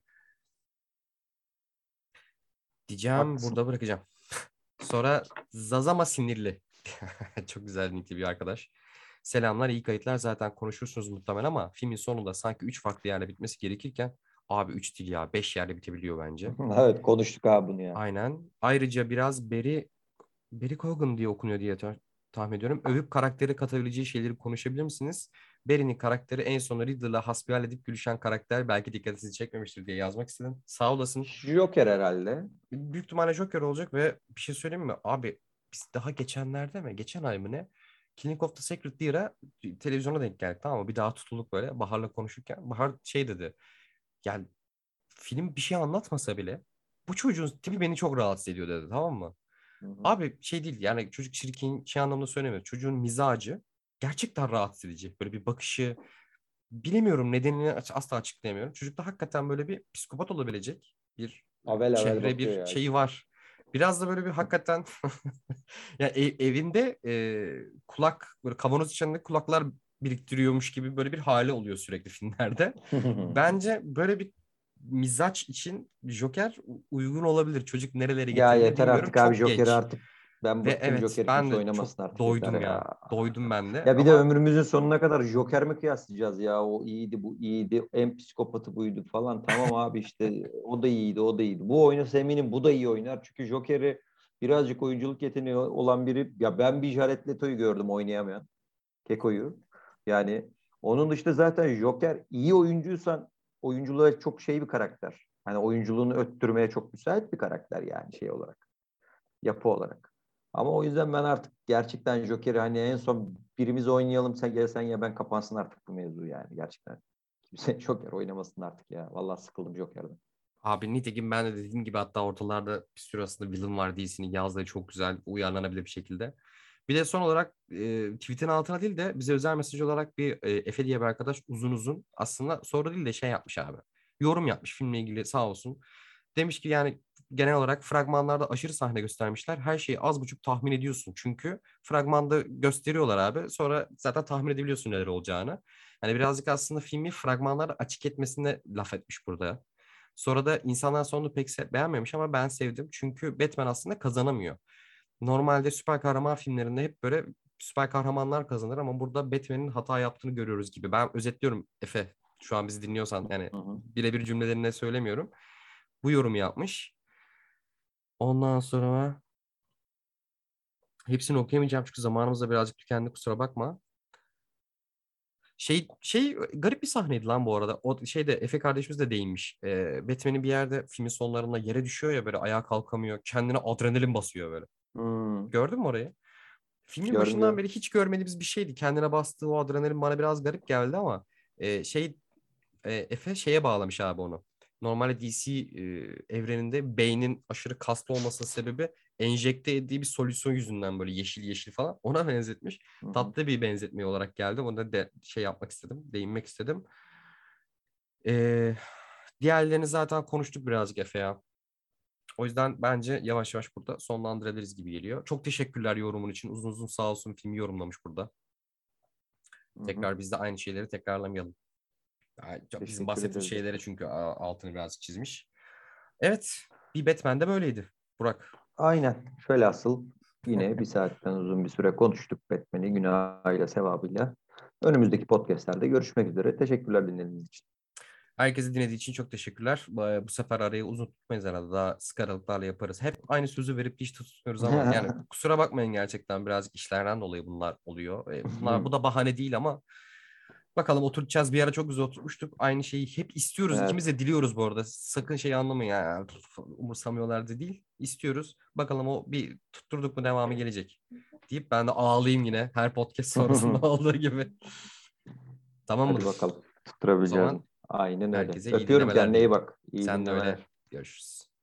Diyeceğim Haklısın. burada bırakacağım. Sonra Zazama sinirli. Çok güzel nickli bir arkadaş. Selamlar, iyi kayıtlar. Zaten konuşursunuz muhtemelen ama filmin sonunda sanki 3 farklı yerde bitmesi gerekirken abi 3 değil ya 5 yerde bitebiliyor bence. Evet, konuştuk abi bunu ya. Aynen. Ayrıca biraz Barry Cogan diye okunuyor diye tahmin ediyorum. Övüp karakteri katabileceği şeyleri konuşabilir misiniz? Barry'nin karakteri en son Riddler'la hasbihal edip gülüşen karakter belki dikkatinizi çekmemiştir diye yazmak istedim. Sağ olasın. Joker herhalde. Büyük ihtimalle Joker olacak ve bir şey söyleyeyim mi? Abi biz daha geçenlerde mi? Geçen ay mı ne? Killing of the Sacred Deer'a televizyona denk geldik tamam mı? Bir daha tutulduk böyle Bahar'la konuşurken. Bahar şey dedi. Yani film bir şey anlatmasa bile bu çocuğun tipi beni çok rahatsız ediyor dedi tamam mı? Hı hı. Abi şey değil yani çocuk çirkin şey anlamda söylemiyorum. Çocuğun mizacı gerçekten rahatsız edici. Böyle bir bakışı bilemiyorum nedenini asla açıklayamıyorum. Çocukta hakikaten böyle bir psikopat olabilecek bir Avel avel çehre bakıyor bir ya şeyi işte. var. Biraz da böyle bir hakikaten ya evinde kulak böyle kavanoz içinde kulaklar biriktiriyormuş gibi böyle bir hali oluyor sürekli filmlerde. Bence böyle bir mizaç için Joker uygun olabilir. Çocuk nerelere Ya getirildi yeter bilmiyorum. artık abi, Çok Joker'i genç. artık. Ben Ve bıktım, evet Joker'i ben kimse de çok oynamasın artık, yeter doydum ya. ya. Doydum ben de Ya bir de ama ömrümüzün sonuna kadar Joker mi kıyaslayacağız ya? O iyiydi, bu iyiydi, en psikopatı buydu falan. Tamam abi, işte o da iyiydi, o da iyiydi. Bu oynasa eminim bu da iyi oynar. Çünkü Joker'i birazcık oyunculuk yeteneği olan biri. Ya ben bir Jared Leto'yu gördüm oynayamayan. Keko'yu. Yani onun dışında zaten Joker iyi oyuncuysan oyunculuğa çok şey bir karakter. Hani oyunculuğunu öttürmeye çok müsait bir karakter yani şey olarak. Yapı olarak. Ama o yüzden ben artık gerçekten Joker'i hani en son birimiz oynayalım, sen gel sen ya ben, kapansın artık bu mevzu yani gerçekten. Kimse Joker oynamasın artık ya. Vallahi sıkıldım Joker'den. abi nitekim ben de dediğim gibi hatta ortalarda bir sürü aslında villain var dizisinin yazdığı çok güzel uyarlanabilir bir şekilde. Bir de son olarak tweet'in altına değil de bize özel mesaj olarak bir Efe diye bir arkadaş uzun uzun aslında soru değil de şey yapmış abi. Yorum yapmış filmle ilgili sağ olsun. Demiş ki yani genel olarak fragmanlarda aşırı sahne göstermişler. Her şeyi az buçuk tahmin ediyorsun. Çünkü fragmanda gösteriyorlar abi. Sonra zaten tahmin edebiliyorsun neler olacağını. Hani birazcık aslında filmi fragmanları açık etmesine laf etmiş burada. Sonra da insanlar sonunu pek beğenmemiş ama ben sevdim. Çünkü Batman aslında kazanamıyor. Normalde süper kahraman filmlerinde hep böyle süper kahramanlar kazanır ama burada Batman'in hata yaptığını görüyoruz gibi. Ben özetliyorum Efe. Şu an bizi dinliyorsan yani Hı hı. birebir cümlelerine söylemiyorum. Bu yorumu yapmış. Ondan sonra hepsini okuyamayacağım çünkü zamanımız da birazcık tükendi kusura bakma. Şey garip bir sahneydi lan bu arada. O şeyde Efe kardeşimiz de değinmiş. Batman'in bir yerde filmin sonlarında yere düşüyor ya böyle ayağa kalkamıyor. Kendine adrenalin basıyor böyle. Hmm. Gördün mü orayı? Filmin Gördüm başından gördüm. beri hiç görmediğimiz bir şeydi. Kendine bastığı o adrenalin bana biraz garip geldi ama şey Efe şeye bağlamış abi onu. Normalde DC evreninde beynin aşırı kaslı olmasının sebebi enjekte ettiği bir solüsyon yüzünden böyle yeşil yeşil falan ona benzetmiş. Hı hı. Tatlı bir benzetme olarak geldi. Onu da şey yapmak istedim, değinmek istedim. E, diğerlerini zaten konuştuk birazcık Efe ya. O yüzden bence yavaş yavaş burada sonlandırabiliriz gibi geliyor. Çok teşekkürler yorumun için. Uzun uzun sağ olsun filmi yorumlamış burada. Hı hı. Tekrar biz de aynı şeyleri tekrarlamayalım. Yani bizim Teşekkür bahsettiğimiz ederiz. şeylere çünkü altını birazcık çizmiş. Evet, bir Batman de böyleydi Burak. Aynen. Şöyle asıl yine bir saatten uzun bir süre konuştuk Batman'i günahıyla sevabıyla. Önümüzdeki podcastlerde görüşmek üzere. Teşekkürler dinlediğiniz için. Herkese dinlediği için çok teşekkürler. Bu sefer arayı uzun tutmayız herhalde. Daha sık aralıklarla yaparız. Hep aynı sözü verip hiç tutmuyoruz ama yani kusura bakmayın, gerçekten birazcık işlerden dolayı bunlar oluyor. Bu da bahane değil ama bakalım, oturacağız. Bir ara çok güzel oturmuştuk. Aynı şeyi hep istiyoruz. İkimiz Evet. de diliyoruz bu arada. Sakın şey anlamayın ya. Umursamıyorlar da değil. İstiyoruz. Bakalım o bir tutturduk mu devamı gelecek. Deyip ben de ağlayayım yine. Her podcast sonrasında olduğu gibi. Tamam Hadi mıdır? bakalım. O Tutturabileceğiz mi? zaman Aynen öyle. herkese iyi Öpüyorum, dinlemeler kendine iyi diyelim. bak. İyi Sen de öyle. dinlemeler. Görüşürüz.